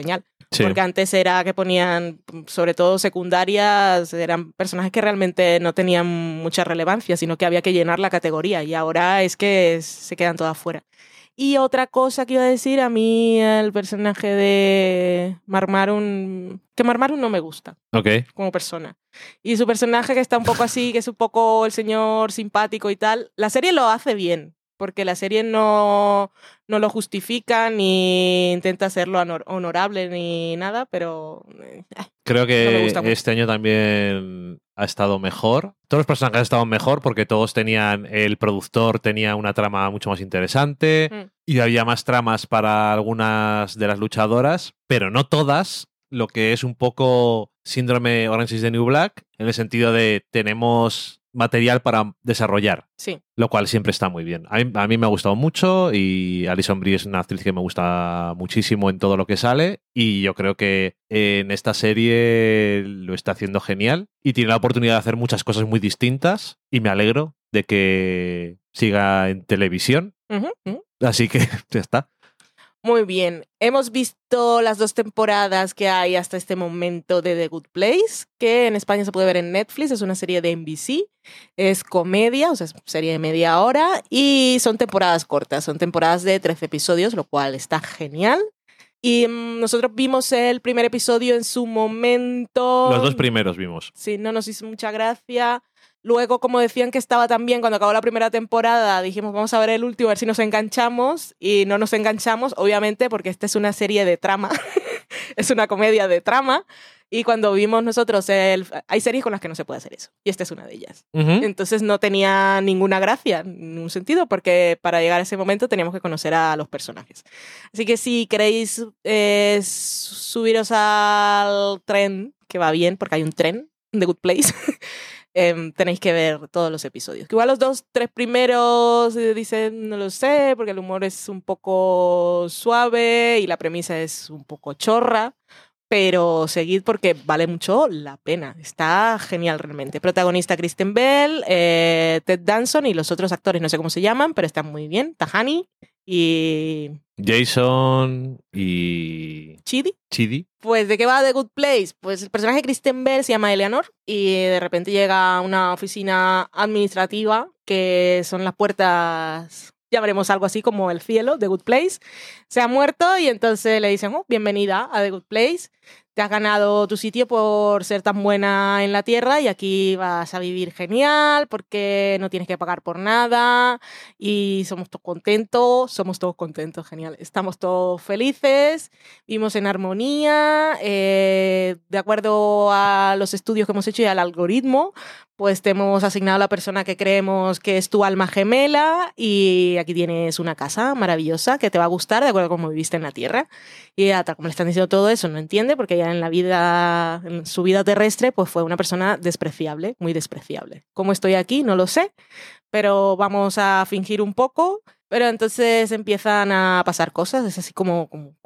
Sí. Porque antes era que ponían, sobre todo secundarias, eran personajes que realmente no tenían mucha relevancia, sino que había que llenar la categoría, y ahora es que se quedan todas fuera. Y otra cosa que iba a decir, a mí el personaje de Mark Maron, que Mark Maron no me gusta como persona. Y su personaje que está un poco así, que es un poco el señor simpático y tal, la serie lo hace bien, porque la serie no lo justifica ni intenta hacerlo honorable ni nada, pero creo que no me gusta mucho. este año también ha estado mejor. Todos los personajes han estado mejor porque todos tenían, el productor tenía una trama mucho más interesante y había más tramas para algunas de las luchadoras, pero no todas, lo que es un poco síndrome Orange is the New Black, en el sentido de tenemos material para desarrollar, sí. Lo cual siempre está muy bien. A mí me ha gustado mucho y Alison Brie es una actriz que me gusta muchísimo en todo lo que sale y yo creo que en esta serie lo está haciendo genial y tiene la oportunidad de hacer muchas cosas muy distintas y me alegro de que siga en televisión. Así que ya está. Muy bien, hemos visto las 2 temporadas que hay hasta este momento de The Good Place, que en España se puede ver en Netflix, es una serie de NBC, es comedia, o sea, es serie de media hora y son temporadas cortas, son temporadas de 13 episodios, lo cual está genial. Y nosotros vimos el primer episodio en su momento. Los 2 primeros vimos. Sí, no nos hizo mucha gracia. Luego, como decían que estaba tan bien, cuando acabó la primera temporada, dijimos, vamos a ver el último, a ver si nos enganchamos. Y no nos enganchamos, obviamente, porque esta es una serie de trama. Es una comedia de trama. Y cuando vimos nosotros, hay series con las que no se puede hacer eso. Y esta es una de ellas. Entonces no tenía ninguna gracia, ningún sentido, porque para llegar a ese momento teníamos que conocer a los personajes. Así que si queréis subiros al tren, que va bien, porque hay un tren, The Good Place, tenéis que ver todos los episodios. Que igual los 2, 3 primeros dicen, no lo sé, porque el humor es un poco suave y la premisa es un poco chorra. Pero seguid porque vale mucho la pena. Está genial realmente. Protagonista Kristen Bell, Ted Danson y los otros actores, no sé cómo se llaman, pero están muy bien. Tahani y... Jason y... Chidi. Pues, ¿de qué va The Good Place? Pues el personaje de Kristen Bell se llama Eleanor y de repente llega a una oficina administrativa que son las puertas... llamaremos algo así como el cielo, The Good Place, se ha muerto y entonces le dicen, bienvenida a The Good Place, te has ganado tu sitio por ser tan buena en la tierra y aquí vas a vivir genial porque no tienes que pagar por nada y somos todos contentos, genial, estamos todos felices, vivimos en armonía, de acuerdo a los estudios que hemos hecho y al algoritmo, pues te hemos asignado a la persona que creemos que es tu alma gemela y aquí tienes una casa maravillosa que te va a gustar de acuerdo a cómo viviste en la Tierra. Y ella, tal como le están diciendo todo eso, no entiende porque ella en su vida terrestre, pues fue una persona despreciable, muy despreciable. ¿Cómo estoy aquí? No lo sé, pero vamos a fingir un poco. Pero entonces empiezan a pasar cosas, es así como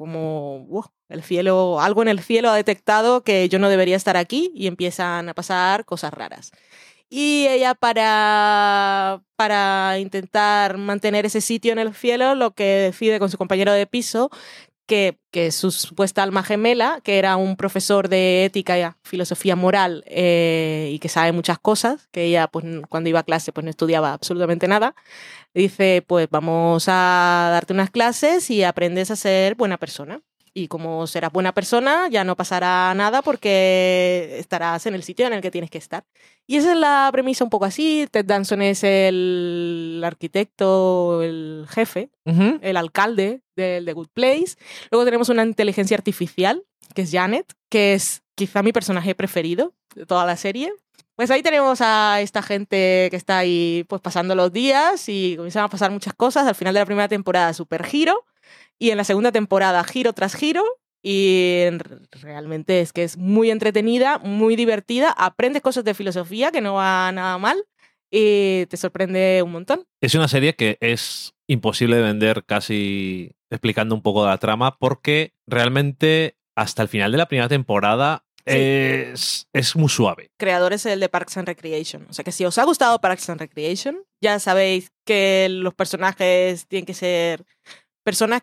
el cielo, algo en el cielo ha detectado que yo no debería estar aquí y empiezan a pasar cosas raras. Y ella para intentar mantener ese sitio en el cielo, lo que decide con su compañero de piso, que es su supuesta alma gemela, que era un profesor de ética y filosofía moral y que sabe muchas cosas, que ella pues, cuando iba a clase pues, no estudiaba absolutamente nada, dice, pues vamos a darte unas clases y aprendes a ser buena persona. Y como serás buena persona, ya no pasará nada porque estarás en el sitio en el que tienes que estar. Y esa es la premisa un poco así. Ted Danson es el arquitecto, el jefe, el alcalde del The Good Place. Luego tenemos una inteligencia artificial, que es Janet, que es quizá mi personaje preferido de toda la serie. Pues ahí tenemos a esta gente que está ahí pues pasando los días y comienzan a pasar muchas cosas. Al final de la primera temporada, super giro. Y en la segunda temporada, giro tras giro, y realmente es que es muy entretenida, muy divertida, aprendes cosas de filosofía que no va nada mal y te sorprende un montón. Es una serie que es imposible de vender casi explicando un poco la trama porque realmente hasta el final de la primera temporada es muy suave. Creador es el de Parks and Recreation. O sea que si os ha gustado Parks and Recreation, ya sabéis que los personajes tienen que ser personas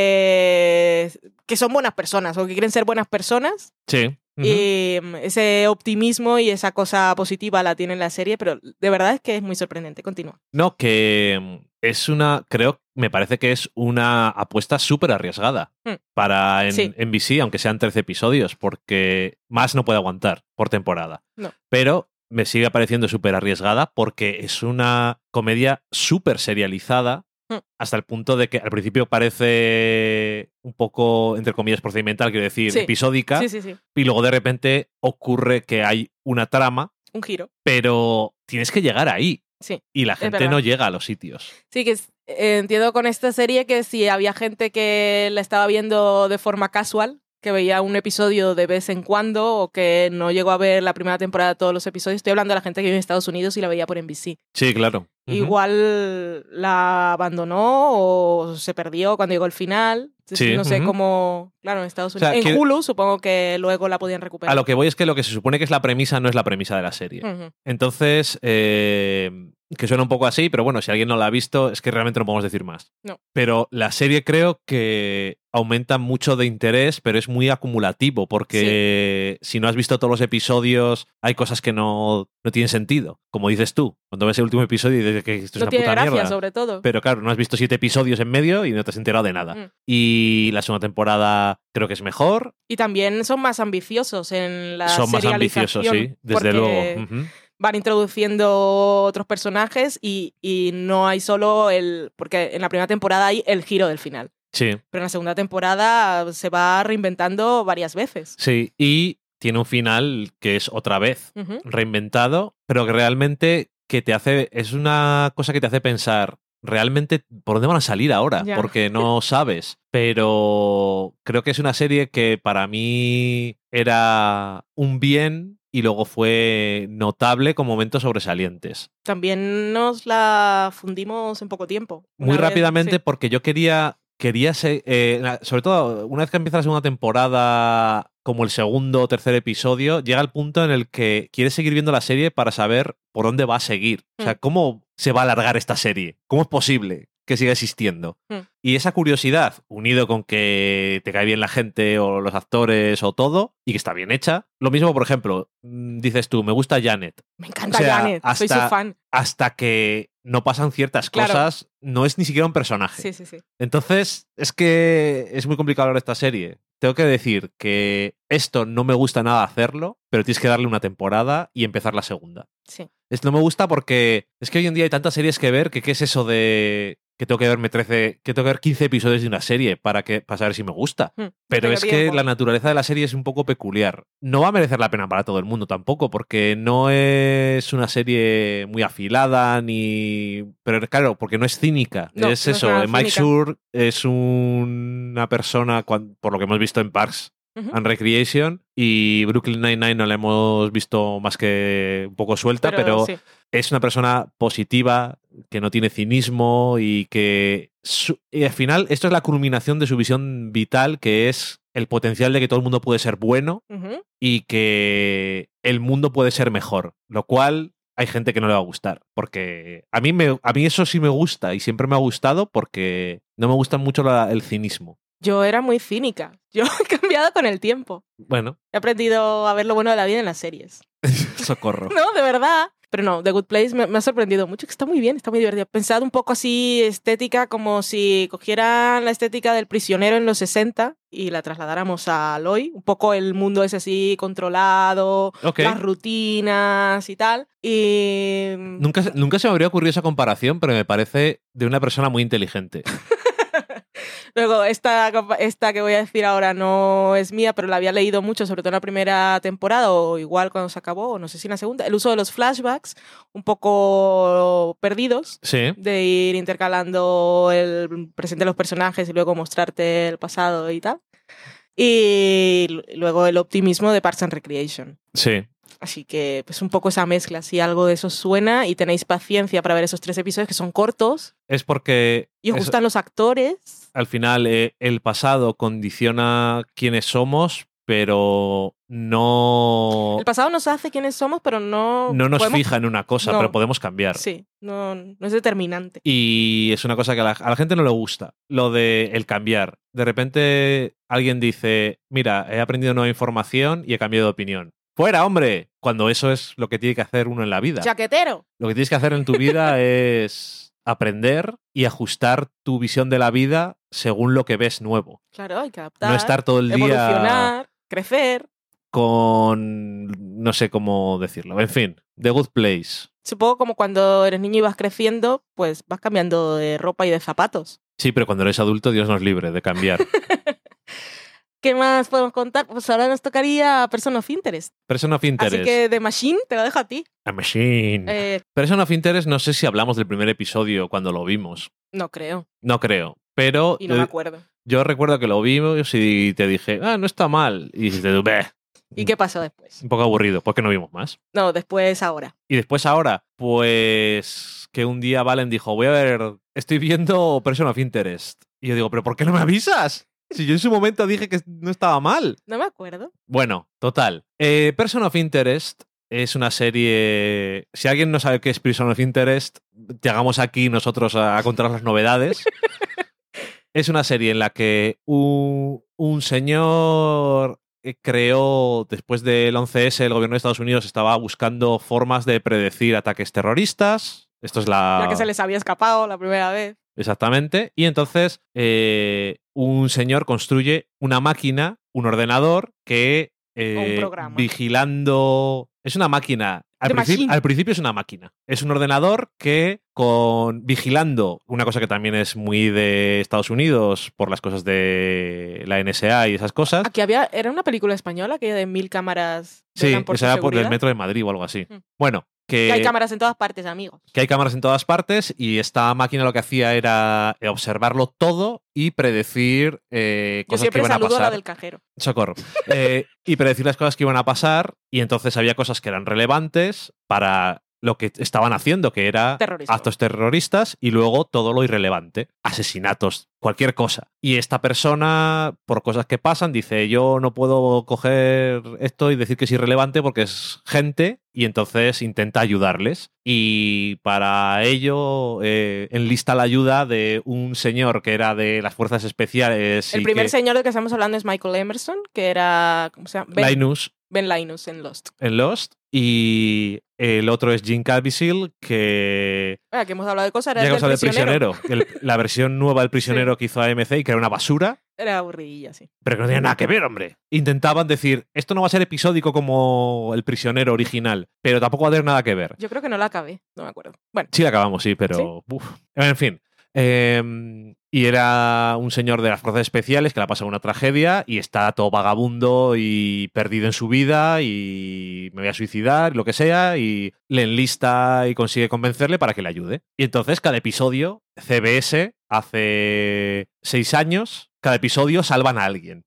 que son buenas personas o que quieren ser buenas personas. Sí. Y ese optimismo y esa cosa positiva la tiene en la serie, pero de verdad es que es muy sorprendente. Continúa. No, que me parece que es una apuesta súper arriesgada para NBC, aunque sean 13 episodios, porque más no puede aguantar por temporada. No. Pero me sigue pareciendo súper arriesgada porque es una comedia súper serializada, hasta el punto de que al principio parece un poco, entre comillas, procedimental, quiero decir, episódica, y luego de repente ocurre que hay una trama, un giro, pero tienes que llegar ahí. Sí, y la gente no llega a los sitios. Sí, que entiendo con esta serie que si había gente que la estaba viendo de forma casual, que veía un episodio de vez en cuando o que no llegó a ver la primera temporada de todos los episodios, estoy hablando de la gente que vive en Estados Unidos y la veía por NBC. Sí, claro. Igual la abandonó o se perdió cuando llegó el final. Sí, no sé cómo... Claro, en Estados Unidos. O sea, en Hulu supongo que luego la podían recuperar. A lo que voy es que lo que se supone que es la premisa no es la premisa de la serie. Entonces, que suena un poco así, pero bueno, si alguien no la ha visto, es que realmente no podemos decir más. No. Pero la serie creo que aumenta mucho de interés, pero es muy acumulativo, porque si no has visto todos los episodios, hay cosas que no tienen sentido. Como dices tú, cuando ves el último episodio y dices que esto es una puta mierda. Sobre todo. Pero claro, no has visto 7 episodios en medio y no te has enterado de nada. Y la segunda temporada creo que es mejor. Y también son más ambiciosos en la serialización. Son más ambiciosos, sí, desde luego. Van introduciendo otros personajes y no hay solo porque en la primera temporada hay el giro del final. Sí. Pero en la segunda temporada se va reinventando varias veces. Sí, y tiene un final que es otra vez reinventado, pero que realmente es una cosa que te hace pensar realmente por dónde van a salir ahora, porque no sabes. Pero creo que es una serie que para mí era un bien y luego fue notable con momentos sobresalientes. También nos la fundimos en poco tiempo. Muy rápidamente, porque yo quería sobre todo una vez que empieza la segunda temporada, como el segundo o tercer episodio, llega el punto en el que quieres seguir viendo la serie para saber por dónde va a seguir. O sea, ¿cómo se va a alargar esta serie? ¿Cómo es posible que siga existiendo? Y esa curiosidad, unido con que te cae bien la gente o los actores o todo, y que está bien hecha. Lo mismo, por ejemplo, dices tú, me gusta Janet. Me encanta Janet, soy su fan. Hasta que no pasan ciertas cosas, no es ni siquiera un personaje. Sí. Entonces, es que es muy complicado hablar de esta serie. Tengo que decir que esto no me gusta nada hacerlo, pero tienes que darle una temporada y empezar la segunda. Sí. Esto no me gusta porque es que hoy en día hay tantas series que ver que qué es eso de que tengo que ver 15 episodios de una serie para saber si me gusta. Pero es que la naturaleza de la serie es un poco peculiar. No va a merecer la pena para todo el mundo tampoco, porque no es una serie muy afilada pero claro, porque no es cínica. No, es eso. Mike Schur es una persona, por lo que hemos visto en Parks and Recreation, y Brooklyn Nine-Nine no la hemos visto más que un poco suelta, pero es una persona positiva, que no tiene cinismo y que y al final esto es la culminación de su visión vital, que es el potencial de que todo el mundo puede ser bueno y que el mundo puede ser mejor, lo cual hay gente que no le va a gustar, porque a mí eso sí me gusta y siempre me ha gustado, porque no me gusta mucho el cinismo. Yo era muy cínica. Yo he cambiado con el tiempo. Bueno. He aprendido a ver lo bueno de la vida en las series. Socorro. No, de verdad. Pero no, The Good Place me ha sorprendido mucho, que está muy bien, está muy divertido. Pensad un poco así estética, como si cogieran la estética del Prisionero en los 60 y la trasladáramos al hoy. Un poco el mundo es así controlado, las rutinas y tal. Y nunca se me habría ocurrido esa comparación, pero me parece de una persona muy inteligente. Luego, esta que voy a decir ahora no es mía, pero la había leído mucho, sobre todo en la primera temporada, o igual cuando se acabó, o no sé si en la segunda. El uso de los flashbacks, un poco perdidos, de ir intercalando el presente de los personajes y luego mostrarte el pasado y tal. Y luego el optimismo de Parks and Recreation. Sí. Así que, pues un poco esa mezcla, si algo de eso suena y tenéis paciencia para ver esos 3 episodios que son cortos. Es porque... Y os gustan los actores. Al final, el pasado condiciona quiénes somos, pero no... El pasado nos hace quienes somos, pero no... No nos fija en una cosa, pero podemos cambiar. Sí, no es determinante. Y es una cosa que a la gente no le gusta, lo de el cambiar. De repente alguien dice, mira, he aprendido nueva información y he cambiado de opinión. ¡Fuera, hombre! Cuando eso es lo que tiene que hacer uno en la vida. ¡Chaquetero! Lo que tienes que hacer en tu vida es aprender y ajustar tu visión de la vida según lo que ves nuevo. Claro, hay que adaptar. No estar todo el día... Evolucionar, crecer. Con... no sé cómo decirlo. En fin, The Good Place. Supongo como cuando eres niño y vas creciendo, pues vas cambiando de ropa y de zapatos. Sí, pero cuando eres adulto, Dios nos libre de cambiar. ¿Qué más podemos contar? Pues ahora nos tocaría Person of Interest. Person of Interest. Así que The Machine te lo dejo a ti. A Machine. Person of Interest, no sé si hablamos del primer episodio cuando lo vimos. No creo. No creo, pero... Y no me acuerdo. Yo recuerdo que lo vimos y te dije, no está mal. Y dijiste, ¡beh! ¿Y qué pasó después? Un poco aburrido, ¿por qué no vimos más? No, después ahora. Y después ahora, pues que un día Valen dijo, voy a ver, estoy viendo Person of Interest. Y yo digo, ¿pero por qué no me avisas? Si yo en su momento dije que no estaba mal. No me acuerdo. Bueno, total. Person of Interest es una serie... Si alguien no sabe qué es Person of Interest, llegamos aquí nosotros a contar las novedades. Es una serie en la que un señor creó, después del 11S, el gobierno de Estados Unidos estaba buscando formas de predecir ataques terroristas. Esto es la que se les había escapado la primera vez. Exactamente. Y entonces un señor construye una máquina, un ordenador que un programa. Vigilando... Es una máquina. Al principio es una máquina. Es un ordenador que vigilando, una cosa que también es muy de Estados Unidos por las cosas de la NSA y esas cosas. Aquí era una película española que de 1000 cámaras. Sí, esa era por el metro de Madrid o algo así. Bueno, que hay cámaras en todas partes, amigos. Que hay cámaras en todas partes y esta máquina lo que hacía era observarlo todo y predecir cosas que iban a pasar. Yo siempre saludo a la del cajero. Socorro. Y predecir las cosas que iban a pasar y entonces había cosas que eran relevantes para lo que estaban haciendo, que era actos terroristas y luego todo lo irrelevante, asesinatos, cualquier cosa. Y esta persona, por cosas que pasan, dice, yo no puedo coger esto y decir que es irrelevante porque es gente, y entonces intenta ayudarles. Y para ello enlista la ayuda de un señor que era de las fuerzas especiales. El primer señor del que estamos hablando es Michael Emerson, que era, ¿cómo se llama? Ben Linus en Lost. En Lost. Y el otro es Jim Caviezel, que... que hemos hablado de cosas, era el prisionero. La versión nueva del prisionero que hizo AMC y que era una basura. Era aburridilla, sí. Pero que no tenía nada que ver, hombre. Intentaban decir, esto no va a ser episódico como el prisionero original, pero tampoco va a tener nada que ver. Yo creo que no la acabé, no me acuerdo. Bueno. Sí la acabamos, sí, pero... ¿Sí? Uf. En fin. Y era un señor de las fuerzas especiales que le ha pasado una tragedia y está todo vagabundo y perdido en su vida y me voy a suicidar, lo que sea, y le enlista y consigue convencerle para que le ayude. Y entonces cada episodio, CBS, hace 6 años, cada episodio salvan a alguien.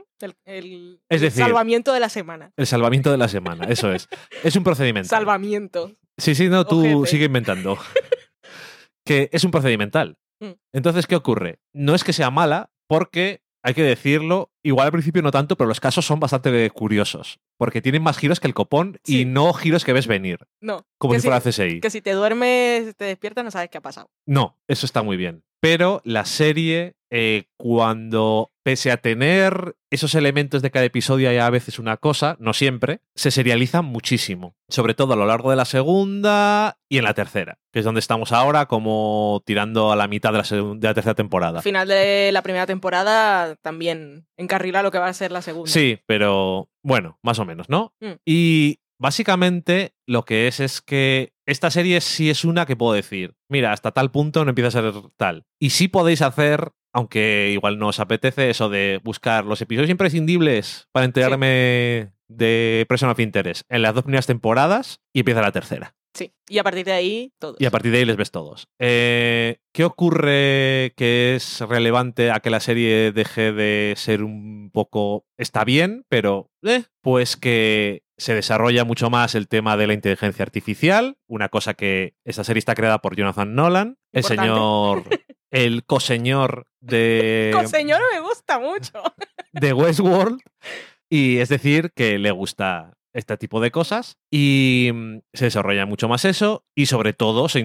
El salvamiento de la semana. El salvamiento de la semana, eso es. Es un procedimiento. Salvamiento. Sí, no, tú sigue inventando. Que es un procedimental. Entonces, ¿qué ocurre? No es que sea mala, porque, hay que decirlo, igual al principio no tanto, pero los casos son bastante curiosos. Porque tienen más giros que el copón y no giros que ves venir. No. Como si fuera CSI. Que si te duermes, te despiertas, no sabes qué ha pasado. No, eso está muy bien. Pero la serie, cuando, pese a tener esos elementos de cada episodio, hay a veces una cosa, no siempre, se serializa muchísimo. Sobre todo a lo largo de la segunda y en la tercera, que es donde estamos ahora, como tirando a la mitad de la tercera temporada. Al final de la primera temporada también encarrila lo que va a ser la segunda. Sí, pero bueno, más o menos, ¿no? Y básicamente lo que es que esta serie sí es una que puedo decir, mira, hasta tal punto no empieza a ser tal. Y sí podéis hacer, aunque igual no os apetece, eso de buscar los episodios imprescindibles para enterarme de Person of Interest en las 2 primeras temporadas y empieza la tercera. Sí, y a partir de ahí todos. Y a partir de ahí les ves todos. ¿Qué ocurre que es relevante a que la serie deje de ser un poco... Está bien, pero... Pues que se desarrolla mucho más el tema de la inteligencia artificial, una cosa que esta serie está creada por Jonathan Nolan, el señor... El coseñor de... Coseñor me gusta mucho. De Westworld. Y es decir, que le gusta este tipo de cosas y se desarrolla mucho más eso y sobre todo se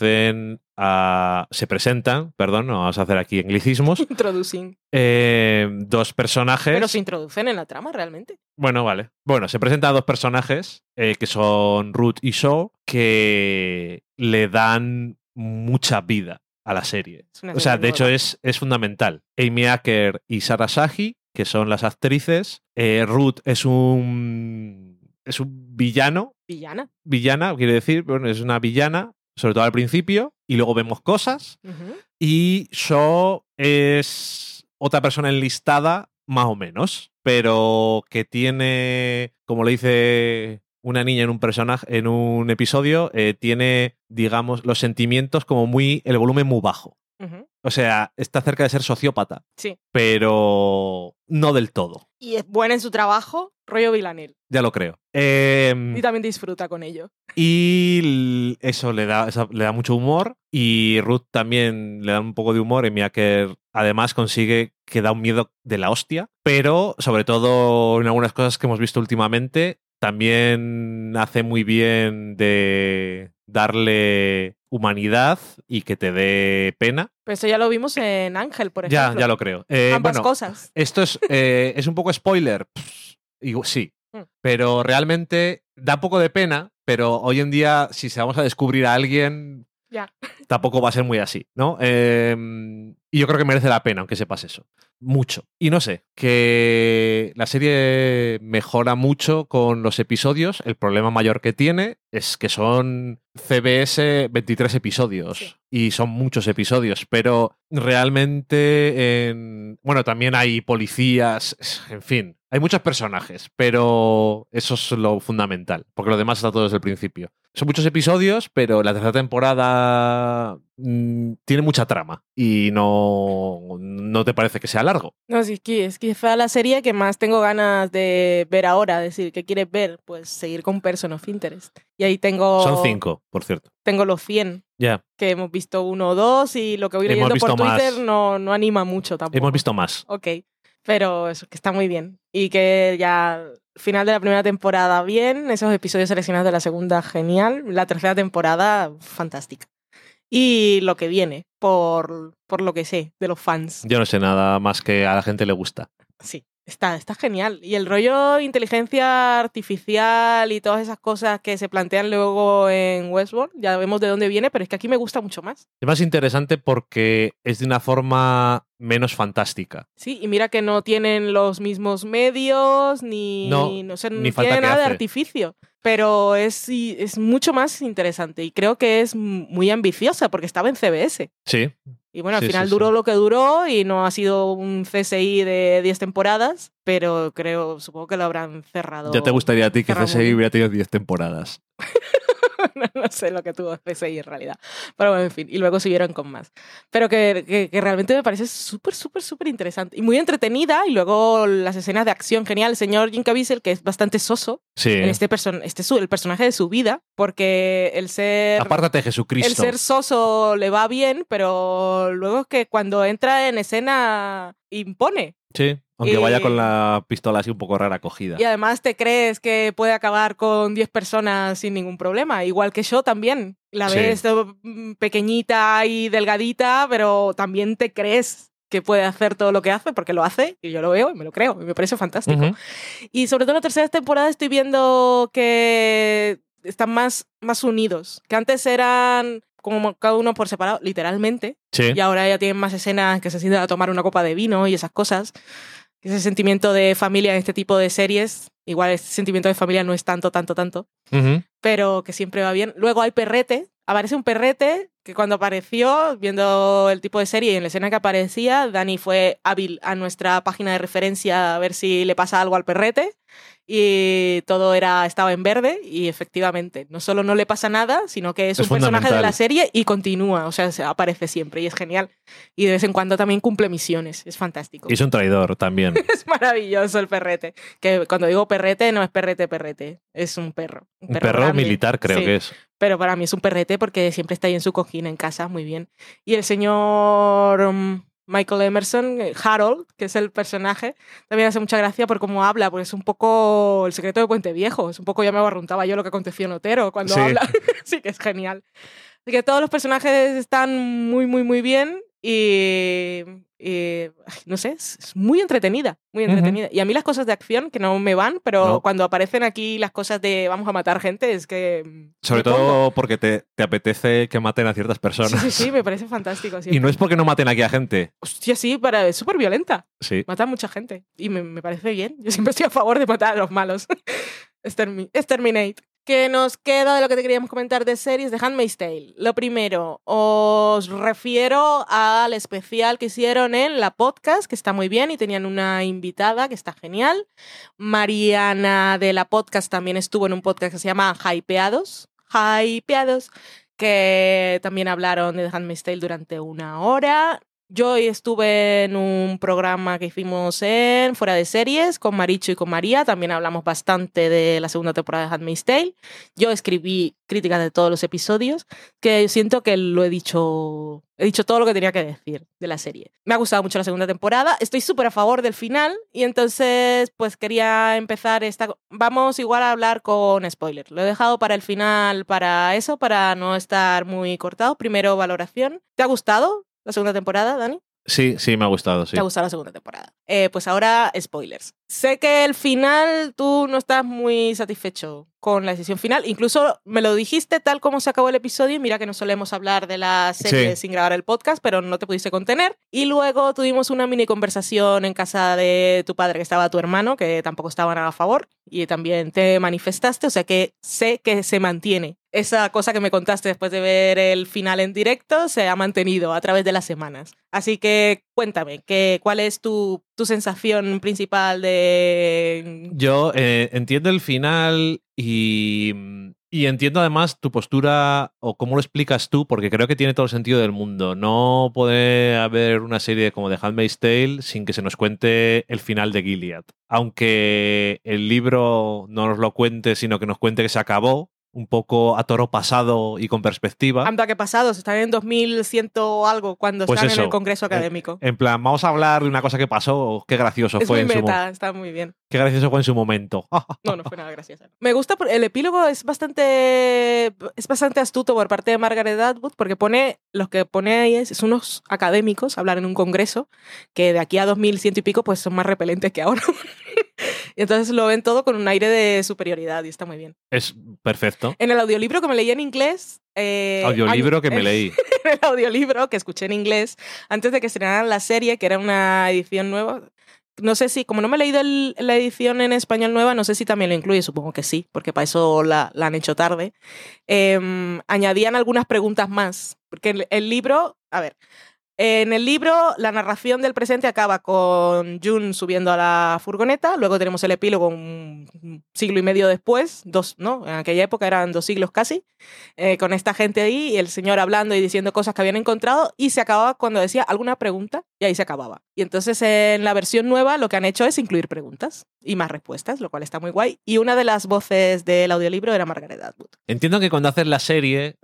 presentan, perdón, no vamos a hacer aquí anglicismos. Introducing. Dos personajes. Pero se introducen en la trama realmente. Bueno, vale. Bueno, se presentan dos personajes que son Ruth y Shaw que le dan mucha vida a la serie. O sea, de hecho es fundamental. Amy Acker y Sarah Shahi, que son las actrices. Ruth es un villano. Villana, quiere decir, bueno, es una villana, sobre todo al principio, y luego vemos cosas. Uh-huh. Y Shaw es otra persona enlistada, más o menos, pero que tiene, como le dice una niña en un episodio, tiene, digamos, los sentimientos como el volumen muy bajo. Uh-huh. O sea, está cerca de ser sociópata. Sí. Pero no del todo. Y es buena en su trabajo, rollo Villanelle. Ya lo creo. Y también disfruta con ello. Y eso le da mucho humor. Y Ruth también le da un poco de humor. Amy Acker además consigue que da un miedo de la hostia. Pero sobre todo en algunas cosas que hemos visto últimamente, también hace muy bien de darle humanidad y que te dé pena. Pero eso ya lo vimos en Ángel, por ejemplo. Ya lo creo. Ambas cosas. Esto es un poco spoiler. Sí. Pero realmente da un poco de pena, pero hoy en día, si se vamos a descubrir a alguien, tampoco va a ser muy así, ¿no? Y yo creo que merece la pena, aunque sepas eso. Mucho. Y no sé, que la serie mejora mucho con los episodios. El problema mayor que tiene es que son CBS 23 episodios. Sí. Y son muchos episodios, pero realmente bueno, también hay policías, en fin, hay muchos personajes, pero eso es lo fundamental, porque lo demás está todo desde el principio. Son muchos episodios, pero la tercera temporada tiene mucha trama y no te parece que sea largo. No, sí, es que fue la serie que más tengo ganas de ver ahora. Es decir, ¿qué quieres ver? Pues seguir con Person of Interest. Y ahí tengo... Son 5, por cierto. Tengo los 100. Ya. Que hemos visto 1 o 2 y lo que voy leyendo por Twitter no anima mucho tampoco. Hemos visto más. Ok, pero eso, que está muy bien. Y que ya final de la primera temporada bien, esos episodios seleccionados de la segunda genial, la tercera temporada fantástica. Y lo que viene, por lo que sé, de los fans. Yo no sé nada más que a la gente le gusta. Sí, está genial. Y el rollo inteligencia artificial y todas esas cosas que se plantean luego en Westworld, ya vemos de dónde viene, pero es que aquí me gusta mucho más. Es más interesante porque es de una forma menos fantástica. Sí, y mira que no tienen los mismos medios, ni tiene nada de artificio. Pero es mucho más interesante y creo que es muy ambiciosa porque estaba en CBS. Sí. Y bueno, al final duró lo que duró y no ha sido un CSI de 10 temporadas, pero supongo que lo habrán cerrado. ¿Ya te gustaría a ti que CSI hubiera tenido 10 temporadas? No sé lo que tuvo CSI en realidad. Pero bueno, en fin, y luego siguieron con más. Pero que realmente me parece súper, súper, súper interesante. Y muy entretenida, y luego las escenas de acción genial. El señor Jim Caviezel, que es bastante soso, sí. En el personaje de su vida, porque el ser... Apártate, Jesucristo. El ser soso le va bien, pero luego es que cuando entra en escena impone. Sí. Aunque vaya con la pistola así un poco rara cogida. Y además te crees que puede acabar con 10 personas sin ningún problema. Igual que yo también. La ves pequeñita y delgadita, pero también te crees que puede hacer todo lo que hace, porque lo hace, y yo lo veo y me lo creo, y me parece fantástico. Uh-huh. Y sobre todo en la tercera temporada estoy viendo que están más unidos. Que antes eran como cada uno por separado, literalmente. Sí. Y ahora ya tienen más escenas que se sientan a tomar una copa de vino y esas cosas. Ese sentimiento de familia en este tipo de series, igual ese sentimiento de familia no es tanto, uh-huh. Pero que siempre va bien. Luego hay perrete, aparece un perrete que cuando apareció, viendo el tipo de serie y en la escena que aparecía, Dani fue hábil a nuestra página de referencia a ver si le pasa algo al perrete y todo estaba en verde y efectivamente, no solo no le pasa nada, sino que es un personaje de la serie y continúa, o sea, aparece siempre y es genial. Y de vez en cuando también cumple misiones, es fantástico. Y es un traidor también. Es maravilloso el perrete, que cuando digo perrete no es perrete, es un perro. Un perro militar creo que es. Pero para mí es un perrete porque siempre está ahí en su cojín en casa, muy bien. Y el señor Michael Emerson, Harold, que es el personaje, también hace mucha gracia por cómo habla, porque es un poco el secreto de Puente Viejo, es un poco ya me abarruntaba yo lo que aconteció en Otero cuando habla. Sí, que es genial. Así que todos los personajes están muy, muy, muy bien y no sé, es muy entretenida, muy entretenida. Y a mí las cosas de acción, que no me van, pero cuando aparecen aquí las cosas de vamos a matar gente, es que... Sobre todo porque te apetece que maten a ciertas personas. Sí, me parece fantástico. Siempre. Y no es porque no maten aquí a gente. Hostia, sí, es súper violenta. Sí. Mata a mucha gente. Y me parece bien. Yo siempre estoy a favor de matar a los malos. Exterminate. ¿Qué nos queda de lo que te queríamos comentar de series de Handmaid's Tale? Lo primero, os refiero al especial que hicieron en la podcast, que está muy bien, y tenían una invitada que está genial. Mariana de la podcast también estuvo en un podcast que se llama Hypeados, que también hablaron de The Handmaid's Tale durante 1 hora. Yo estuve en un programa que hicimos en Fuera de Series con Marichu y con María. También hablamos bastante de la segunda temporada de Handmaid's Tale. Yo escribí críticas de todos los episodios, que siento que lo he dicho todo lo que tenía que decir de la serie. Me ha gustado mucho la segunda temporada. Estoy súper a favor del final y entonces pues quería empezar Vamos igual a hablar con spoiler. Lo he dejado para el final para eso, para no estar muy cortado. Primero, valoración. ¿Te ha gustado la segunda temporada, Dani? Sí, me ha gustado, sí. ¿Te ha gustado la segunda temporada? Pues ahora, spoilers. Sé que el final tú no estás muy satisfecho con la decisión final. Incluso me lo dijiste tal como se acabó el episodio. Mira que no solemos hablar de la serie sin grabar el podcast, pero no te pudiste contener. Y luego tuvimos una mini conversación en casa de tu padre, que estaba tu hermano, que tampoco estaba nada a favor. Y también te manifestaste, o sea que sé que se mantiene. Esa cosa que me contaste después de ver el final en directo se ha mantenido a través de las semanas. Así que cuéntame, ¿cuál es tu sensación principal de...? Yo entiendo el final y entiendo además tu postura o cómo lo explicas tú, porque creo que tiene todo el sentido del mundo. No puede haber una serie como The Handmaid's Tale sin que se nos cuente el final de Gilead. Aunque el libro no nos lo cuente, sino que nos cuente que se acabó, un poco a toro pasado y con perspectiva. Anda, que pasados, están en 2100 o algo cuando pues están eso, en el Congreso Académico. En plan, vamos a hablar de una cosa que pasó, qué gracioso es fue muy en meta, está muy bien. Qué gracioso fue en su momento. No fue nada gracioso. Me gusta, el epílogo es bastante astuto por parte de Margaret Atwood, porque los que pone ahí es unos académicos, hablar en un congreso, que de aquí a 2100 y pico pues son más repelentes que ahora. Y entonces lo ven todo con un aire de superioridad y está muy bien. Es perfecto. En el audiolibro que me leí en inglés... audiolibro que me leí. En el audiolibro que escuché en inglés antes de que estrenaran la serie, que era una edición nueva. No sé si, como no me he leído la edición en español nueva, no sé si también lo incluye, supongo que sí, porque para eso la han hecho tarde. Añadían algunas preguntas más, porque el libro, a ver... En el libro, la narración del presente acaba con June subiendo a la furgoneta, luego tenemos el epílogo un siglo y medio después, en aquella época eran 2 siglos casi, con esta gente ahí y el señor hablando y diciendo cosas que habían encontrado, y se acababa cuando decía alguna pregunta y ahí se acababa. Y entonces en la versión nueva lo que han hecho es incluir preguntas y más respuestas, lo cual está muy guay, y una de las voces del audiolibro era Margaret Atwood. Entiendo que cuando haces la serie,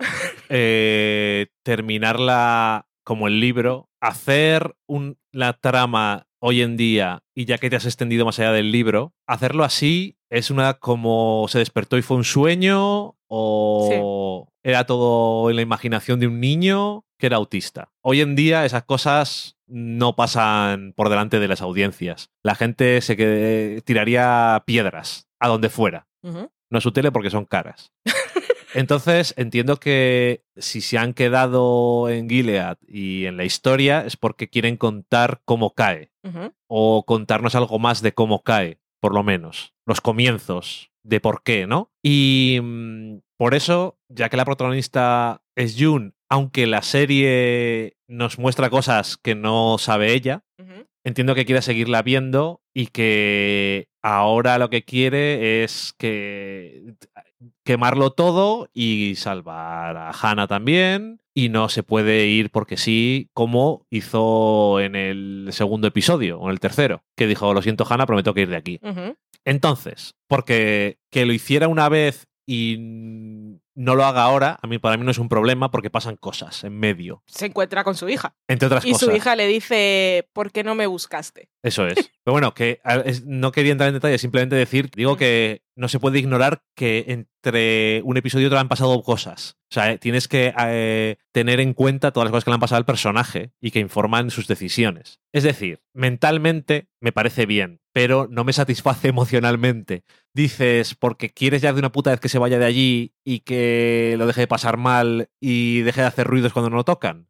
terminarla como el libro, hacer la trama hoy en día, y ya que te has extendido más allá del libro, hacerlo así es como se despertó y fue un sueño, o era todo en la imaginación de un niño que era autista. Hoy en día esas cosas no pasan por delante de las audiencias. La gente tiraría piedras a donde fuera. No a su tele porque son caras. Entonces, entiendo que si se han quedado en Gilead y en la historia es porque quieren contar cómo cae. O contarnos algo más de cómo cae, por lo menos. Los comienzos de por qué, ¿no? Y por eso, ya que la protagonista es June, aunque la serie nos muestra cosas que no sabe ella, entiendo que quiera seguirla viendo y que ahora lo que quiere es quemarlo todo y salvar a Hannah también, y no se puede ir porque sí, como hizo en el segundo episodio o en el tercero, que dijo, lo siento Hannah, prometo que ir de aquí. Entonces, porque que lo hiciera una vez y no lo haga ahora, para mí no es un problema porque pasan cosas en medio. Se encuentra con su hija. Entre otras cosas. Y su hija le dice, ¿por qué no me buscaste? Eso es. Pero bueno, no quería entrar en detalle, simplemente digo que no se puede ignorar que entre un episodio y otro han pasado cosas. O sea, tienes que tener en cuenta todas las cosas que le han pasado al personaje y que informan sus decisiones. Es decir, mentalmente me parece bien, pero no me satisface emocionalmente. Dices, porque quieres ya de una puta vez que se vaya de allí y que lo deje de pasar mal y deje de hacer ruidos cuando no lo tocan.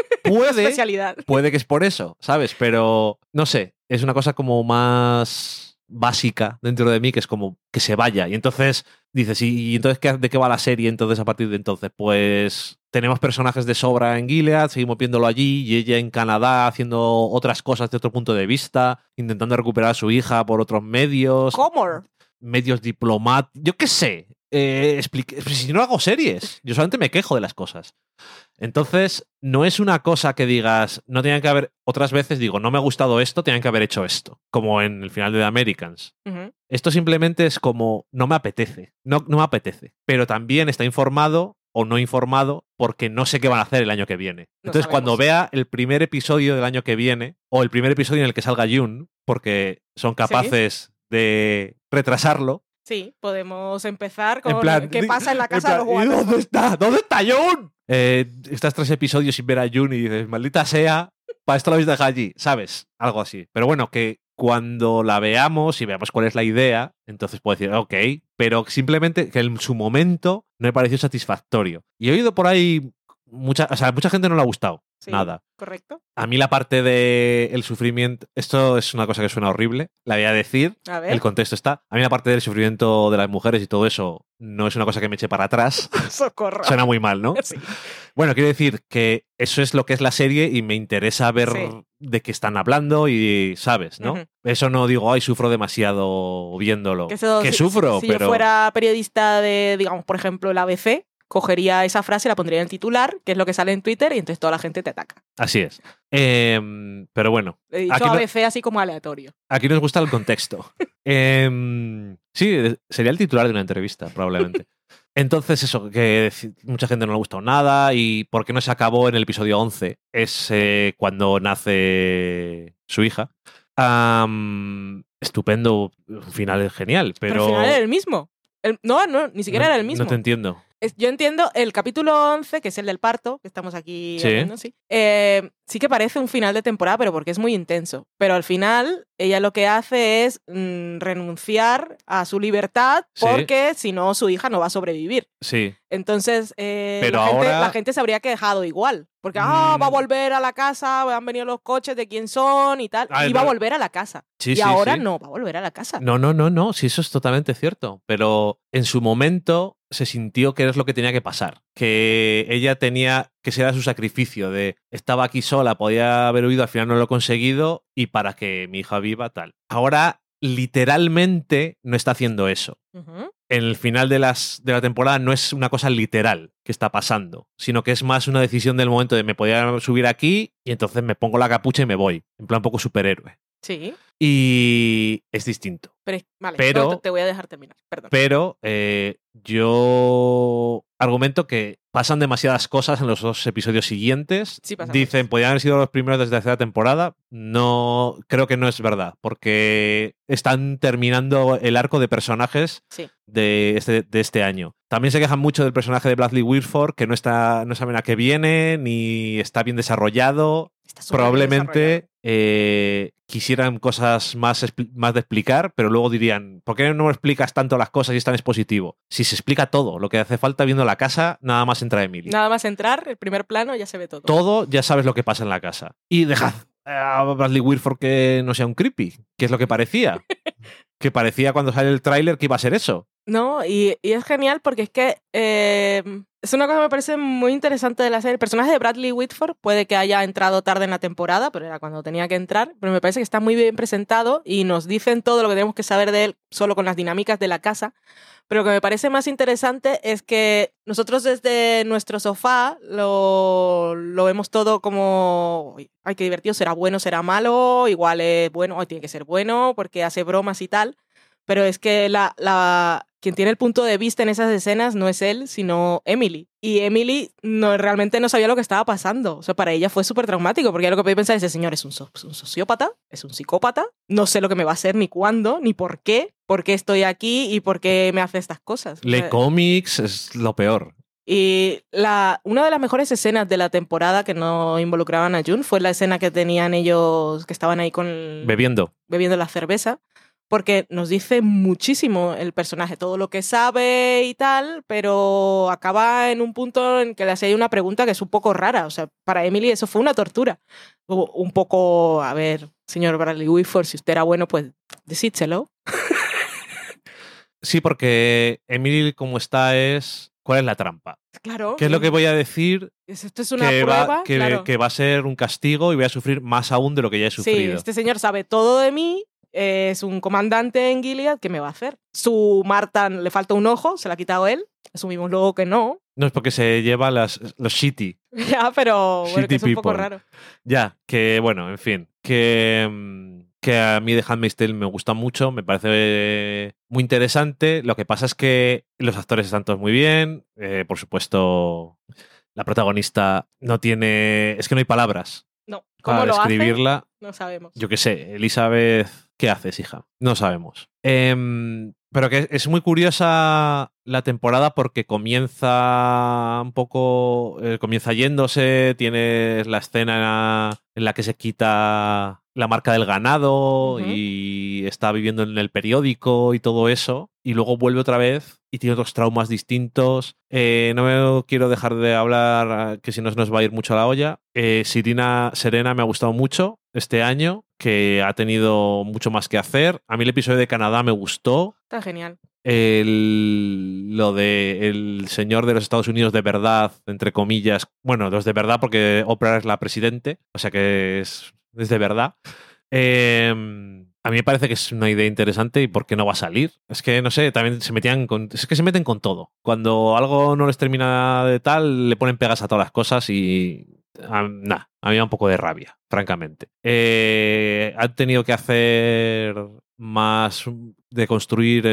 Puede que es por eso, ¿sabes? Pero no sé, es una cosa como más básica dentro de mí, que es como que se vaya. Y entonces dices, ¿y entonces de qué va la serie? Entonces, a partir de entonces, pues tenemos personajes de sobra en Gilead, seguimos viéndolo allí, y ella en Canadá haciendo otras cosas de otro punto de vista, intentando recuperar a su hija por otros medios. ¿Cómo? Medios diplomáticos, yo qué sé. Si no hago series, yo solamente me quejo de las cosas. Entonces, no es una cosa que digas, no tenían que haber, otras veces digo, no me ha gustado esto, tenían que haber hecho esto, como en el final de The Americans. Esto simplemente es como, no me apetece, no me apetece, pero también está informado o no informado porque no sé qué van a hacer el año que viene. Entonces, cuando vea el primer episodio del año que viene, o el primer episodio en el que salga June, porque son capaces de retrasarlo. Sí, podemos empezar con qué pasa en la casa de los jugadores. ¿Dónde está? ¿Dónde está June? Estás 3 episodios sin ver a June y dices, maldita sea, para esto lo habéis dejado allí, ¿sabes? Algo así. Pero bueno, que cuando la veamos y veamos cuál es la idea, entonces puedo decir, ok, pero simplemente que en su momento no me pareció satisfactorio. Y he oído por ahí, mucha gente no le ha gustado. Sí, nada. Correcto. A mí la parte del sufrimiento, esto es una cosa que suena horrible, la voy a decir, el contexto está. A mí la parte del sufrimiento de las mujeres y todo eso no es una cosa que me eche para atrás. Socorro. Suena muy mal, ¿no? Sí. Bueno, quiero decir que eso es lo que es la serie y me interesa ver de qué están hablando y, ¿sabes? ¿no? Eso no digo, ay, sufro demasiado viéndolo. Que sufro, si pero... yo fuera periodista de, digamos, por ejemplo, el ABC, cogería esa frase, la pondría en el titular, que es lo que sale en Twitter, y entonces toda la gente te ataca. Así es. Pero bueno. He dicho ABC así como aleatorio. Aquí nos gusta el contexto. Sí, sería el titular de una entrevista, probablemente. Entonces eso, que mucha gente no le ha gustado nada y por qué no se acabó en el episodio 11, es cuando nace su hija. Estupendo, un final genial, pero... el final era el mismo. No, ni siquiera era el mismo. No te entiendo. Yo entiendo el capítulo 11, que es el del parto, que estamos aquí hablando, sí que parece un final de temporada, pero porque es muy intenso. Pero al final, ella lo que hace es renunciar a su libertad porque si no, su hija no va a sobrevivir. Sí. Entonces, pero la gente se habría quejado igual. Porque, va a volver a la casa, han venido los coches de quién son y tal. Y va a volver a la casa. Y ahora no va a volver a la casa. No, sí, eso es totalmente cierto. Pero en su momento se sintió que es lo que tenía que pasar. Que ella tenía que ser su sacrificio de estaba aquí sola, podía haber huido, al final no lo he conseguido y para que mi hija viva, tal. Ahora, literalmente, no está haciendo eso. En el final de la temporada no es una cosa literal que está pasando, sino que es más una decisión del momento de me podía subir aquí y entonces me pongo la capucha y me voy. En plan un poco superhéroe. Sí. Y es distinto. Pero te voy a dejar terminar, perdón. Pero yo argumento que pasan demasiadas cosas en los 2 episodios siguientes. Sí, dicen, podrían haber sido los primeros desde la tercera temporada. No, creo que no es verdad, porque están terminando el arco de personajes de este año. También se quejan mucho del personaje de Bradley Whitford, que no saben a qué viene, ni está bien desarrollado. Probablemente quisieran cosas más de explicar, pero luego dirían, ¿por qué no explicas tanto las cosas y es tan expositivo? Si se explica todo, lo que hace falta viendo la casa, nada más entra Emily. Nada más entrar, el primer plano ya se ve todo. Todo, ya sabes lo que pasa en la casa. Y dejad a Bradley Whitford que no sea un creepy, que es lo que parecía. Que parecía cuando sale el tráiler que iba a ser eso. No, y es genial porque es que es una cosa que me parece muy interesante de la serie. El personaje de Bradley Whitford puede que haya entrado tarde en la temporada, pero era cuando tenía que entrar, pero me parece que está muy bien presentado y nos dicen todo lo que tenemos que saber de él solo con las dinámicas de la casa. Pero lo que me parece más interesante es que nosotros desde nuestro sofá lo vemos todo como, ay, qué divertido, será bueno, será malo, igual es bueno, tiene que ser bueno porque hace bromas y tal. Pero es que quien tiene el punto de vista en esas escenas no es él, sino Emily. Y Emily realmente no sabía lo que estaba pasando. O sea, para ella fue súper traumático, porque ella lo que podía pensar es, ese señor es un sociópata, es un psicópata, no sé lo que me va a hacer, ni cuándo, ni por qué estoy aquí y por qué me hace estas cosas. Lee cómics, es lo peor. Y una de las mejores escenas de la temporada que no involucraban a June fue la escena que tenían ellos, que estaban ahí bebiendo la cerveza, porque nos dice muchísimo el personaje, todo lo que sabe y tal, pero acaba en un punto en que le hace una pregunta que es un poco rara. O sea, para Emily eso fue una tortura. Un poco, a ver, señor Bradley Whitford, si usted era bueno, pues decídselo. Sí, porque Emily como está es... ¿Cuál es la trampa? Claro. ¿Qué es lo que voy a decir? Esto es una prueba, claro. Que va a ser un castigo y voy a sufrir más aún de lo que ya he sufrido. Sí, este señor sabe todo de mí, es un comandante en Gilead, ¿qué me va a hacer? Su Marta le falta un ojo, se la ha quitado él, asumimos luego que no. No es porque se lleva los shitty. Ya, pero bueno, que es un poco raro. Ya, que bueno, en fin, que a mí The Handmaid's Tale me gusta mucho, me parece muy interesante. Lo que pasa es que los actores están todos muy bien. Por supuesto, la protagonista no tiene... Es que no hay palabras. No, ¿cómo para lo describirla. hace? No sabemos. Yo qué sé, Elizabeth, ¿qué haces, hija? No sabemos. Pero que es muy curiosa la temporada porque comienza un poco... comienza yéndose, tienes la escena en la que se quita la marca del ganado y está viviendo en el periódico y todo eso, y luego vuelve otra vez y tiene otros traumas distintos. No me quiero dejar de hablar, que si no se nos va a ir mucho a la olla. Serena me ha gustado mucho este año, que ha tenido mucho más que hacer. A mí el episodio de Canadá me gustó. Está genial. Lo de el señor de los Estados Unidos de verdad, entre comillas, bueno, los de verdad porque Oprah es la presidente, o sea que es de verdad. A mí me parece que es una idea interesante y ¿por qué no va a salir? Es que, no sé, también es que se meten con todo. Cuando algo no les termina de tal, le ponen pegas a todas las cosas y... a mí me da un poco de rabia, francamente. Han tenido que hacer más de construir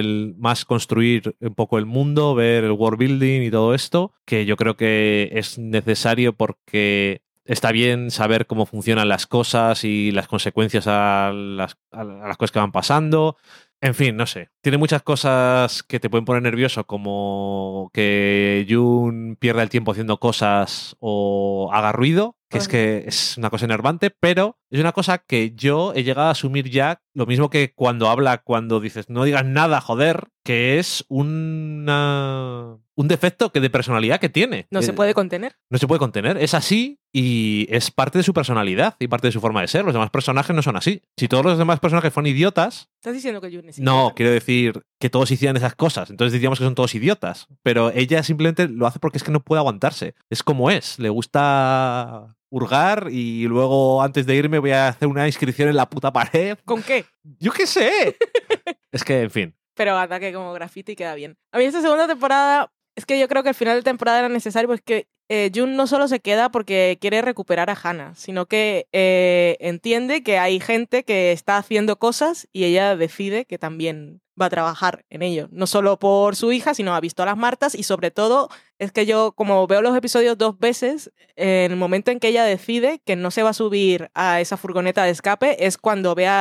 un poco el mundo, ver el world building y todo esto, que yo creo que es necesario porque está bien saber cómo funcionan las cosas y las consecuencias a las cosas que van pasando. En fin, no sé. Tiene muchas cosas que te pueden poner nervioso, como que June pierda el tiempo haciendo cosas o haga ruido, que es una cosa enervante, pero es una cosa que yo he llegado a asumir ya, lo mismo que cuando dices no digas nada, joder, que es un defecto de personalidad que tiene. No se puede contener. No se puede contener. Es así y es parte de su personalidad y parte de su forma de ser. Los demás personajes no son así. Si todos los demás personajes fueran idiotas... ¿Estás diciendo que June es idiota? No, quiero decir que todos hicieran esas cosas. Entonces diríamos que son todos idiotas. Pero ella simplemente lo hace porque es que no puede aguantarse. Es como es. Le gusta hurgar y luego antes de irme voy a hacer una inscripción en la puta pared. ¿Con qué? ¡Yo qué sé! Es que, en fin. Pero ataque como graffiti queda bien. A mí esta segunda temporada... Es que yo creo que al final de temporada era necesario, pues que June no solo se queda porque quiere recuperar a Hannah, sino que entiende que hay gente que está haciendo cosas y ella decide que también va a trabajar en ello. No solo por su hija, sino ha visto a las Martas y sobre todo es que yo, como veo los episodios 2 veces, en el momento en que ella decide que no se va a subir a esa furgoneta de escape es cuando ve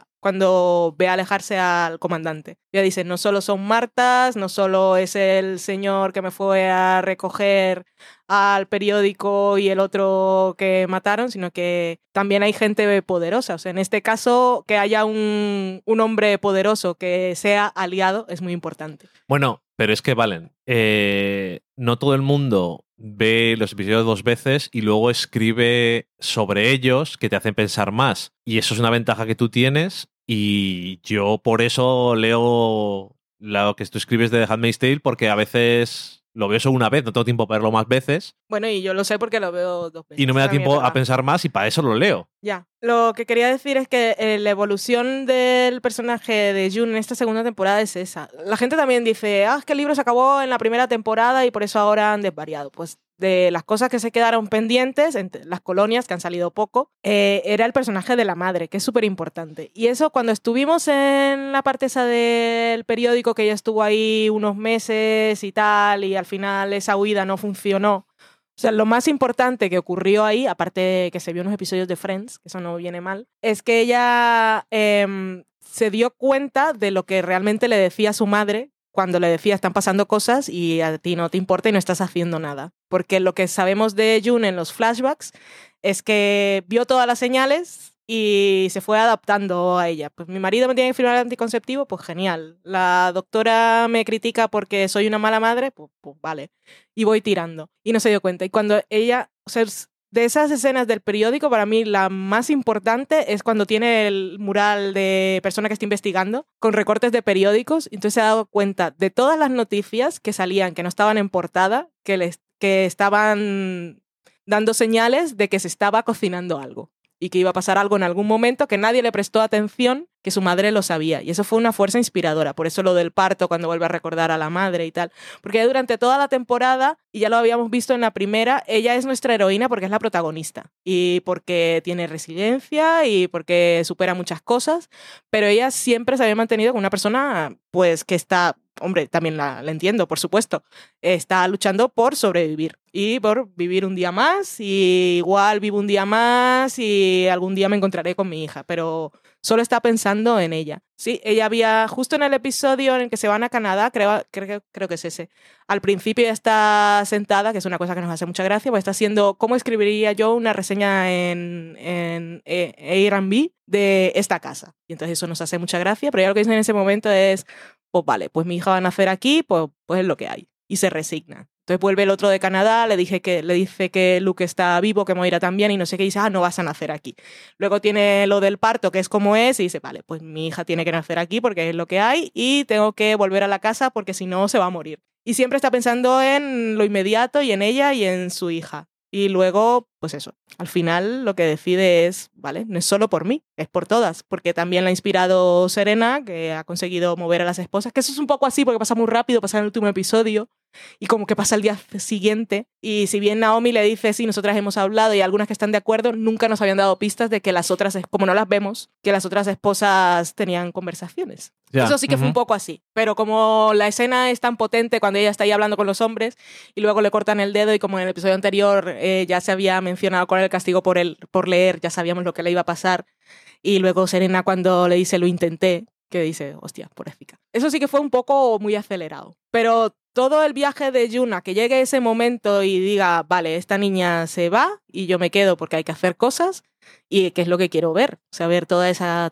alejarse al comandante. Ella dice, no solo son Martas, no solo es el señor que me fue a recoger al periódico y el otro que mataron, sino que también hay gente poderosa. O sea, en este caso, que haya un hombre poderoso que sea aliado es muy importante. Bueno, pero es que, Valen, no todo el mundo ve los episodios 2 veces y luego escribe sobre ellos que te hacen pensar más. Y eso es una ventaja que tú tienes y yo por eso leo lo que tú escribes de The Handmaid's Tale, porque a veces lo veo solo una vez, no tengo tiempo para verlo más veces. Bueno, y yo lo sé porque lo veo 2 veces. Y no me da tiempo a pensar más y para eso lo leo. Ya. Lo que quería decir es que la evolución del personaje de June en esta segunda temporada es esa. La gente también dice, es que el libro se acabó en la primera temporada y por eso ahora han desvariado. Pues de las cosas que se quedaron pendientes, entre las colonias, que han salido poco, era el personaje de la madre, que es súper importante. Y eso, cuando estuvimos en la parte esa del periódico, que ella estuvo ahí unos meses y tal, y al final esa huida no funcionó. O sea, lo más importante que ocurrió ahí, aparte de que se vio en unos episodios de Friends, que eso no viene mal, es que ella se dio cuenta de lo que realmente le decía a su madre cuando le decía están pasando cosas y a ti no te importa y no estás haciendo nada. Porque lo que sabemos de June en los flashbacks es que vio todas las señales y se fue adaptando a ella. Pues mi marido me tiene que firmar el anticonceptivo, pues genial. La doctora me critica porque soy una mala madre, pues vale. Y voy tirando. Y no se dio cuenta. Y cuando ella... O sea, de esas escenas del periódico, para mí la más importante es cuando tiene el mural de persona que está investigando con recortes de periódicos. Entonces se ha dado cuenta de todas las noticias que salían, que no estaban en portada, que estaban dando señales de que se estaba cocinando algo y que iba a pasar algo en algún momento, que nadie le prestó atención, que su madre lo sabía. Y eso fue una fuerza inspiradora. Por eso lo del parto, cuando vuelve a recordar a la madre y tal. Porque durante toda la temporada, y ya lo habíamos visto en la primera, ella es nuestra heroína porque es la protagonista. Y porque tiene resiliencia y porque supera muchas cosas. Pero ella siempre se había mantenido como una persona, pues, que está... Hombre, también la entiendo, por supuesto. Está luchando por sobrevivir y por vivir un día más. Y igual vivo un día más y algún día me encontraré con mi hija. Pero solo está pensando en ella. Sí, ella había, justo en el episodio en el que se van a Canadá, creo que es ese, al principio ya está sentada, que es una cosa que nos hace mucha gracia, pues está haciendo cómo escribiría yo una reseña en Airbnb de esta casa. Y entonces eso nos hace mucha gracia, pero ya lo que dice en ese momento es, pues vale, pues mi hija va a nacer aquí, pues es lo que hay. Y se resigna. Entonces vuelve el otro de Canadá, le dice que Luke está vivo, que Moira también, y no sé qué, y dice, no vas a nacer aquí. Luego tiene lo del parto, que es como es, y dice, vale, pues mi hija tiene que nacer aquí porque es lo que hay, y tengo que volver a la casa porque si no se va a morir. Y siempre está pensando en lo inmediato y en ella y en su hija. Y luego, pues eso, al final lo que decide es, vale, no es solo por mí, es por todas, porque también la ha inspirado Serena, que ha conseguido mover a las esposas, que eso es un poco así porque pasa muy rápido, pasa en el último episodio, y como que pasa el día siguiente, y si bien Naomi le dice, sí, nosotras hemos hablado y algunas que están de acuerdo, nunca nos habían dado pistas de que las otras, como no las vemos, que las otras esposas tenían conversaciones. Ya. Eso sí que fue un poco así, pero como la escena es tan potente cuando ella está ahí hablando con los hombres y luego le cortan el dedo y como en el episodio anterior ya se había mencionado cuál era el castigo por leer, ya sabíamos lo que le iba a pasar, y luego Serena cuando le dice lo intenté, que dice, hostia, pobrecita. Eso sí que fue un poco muy acelerado. Pero todo el viaje de June, que llegue ese momento y diga, vale, esta niña se va y yo me quedo porque hay que hacer cosas, y que es lo que quiero ver. O sea, ver toda esa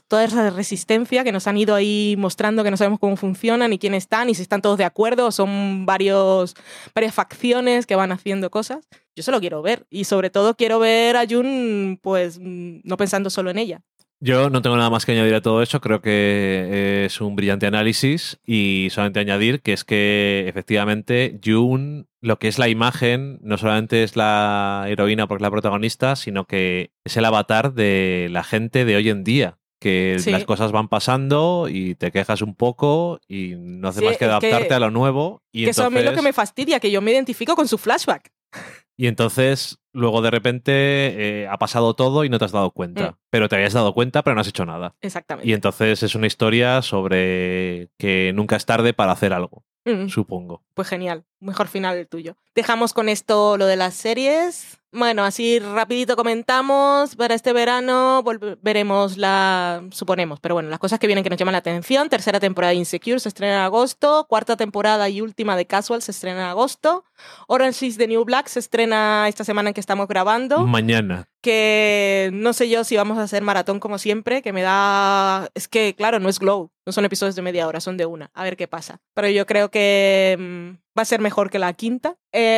resistencia que nos han ido ahí mostrando, que no sabemos cómo funcionan, ni quién están, ni si están todos de acuerdo, o son varias facciones que van haciendo cosas. Yo solo quiero ver. Y sobre todo quiero ver a June, pues, no pensando solo en ella. Yo no tengo nada más que añadir a todo eso, creo que es un brillante análisis y solamente añadir que es que efectivamente June, lo que es la imagen, no solamente es la heroína porque es la protagonista, sino que es el avatar de la gente de hoy en día, que sí. Las cosas van pasando y te quejas un poco y no hace más que adaptarte a lo nuevo. Y que entonces... eso a mí es lo que me fastidia, que yo me identifico con su flashback. Y entonces, luego de repente ha pasado todo y no te has dado cuenta. Pero te habías dado cuenta, pero no has hecho nada. Exactamente. Y entonces es una historia sobre que nunca es tarde para hacer algo, supongo. Pues genial. Mejor final el tuyo. Dejamos con esto lo de las series. Bueno, así rapidito comentamos. Para este verano veremos suponemos, pero bueno, las cosas que vienen que nos llaman la atención. Tercera temporada de Insecure se estrena en agosto. Cuarta temporada y última de Casual se estrena en agosto. Orange is the New Black se estrena esta semana en que estamos grabando. Mañana. Que no sé yo si vamos a hacer maratón como siempre, que me da... Es que, claro, no es Glow. No son episodios de media hora, son de una. A ver qué pasa. Pero yo creo que va a ser mejor que la quinta.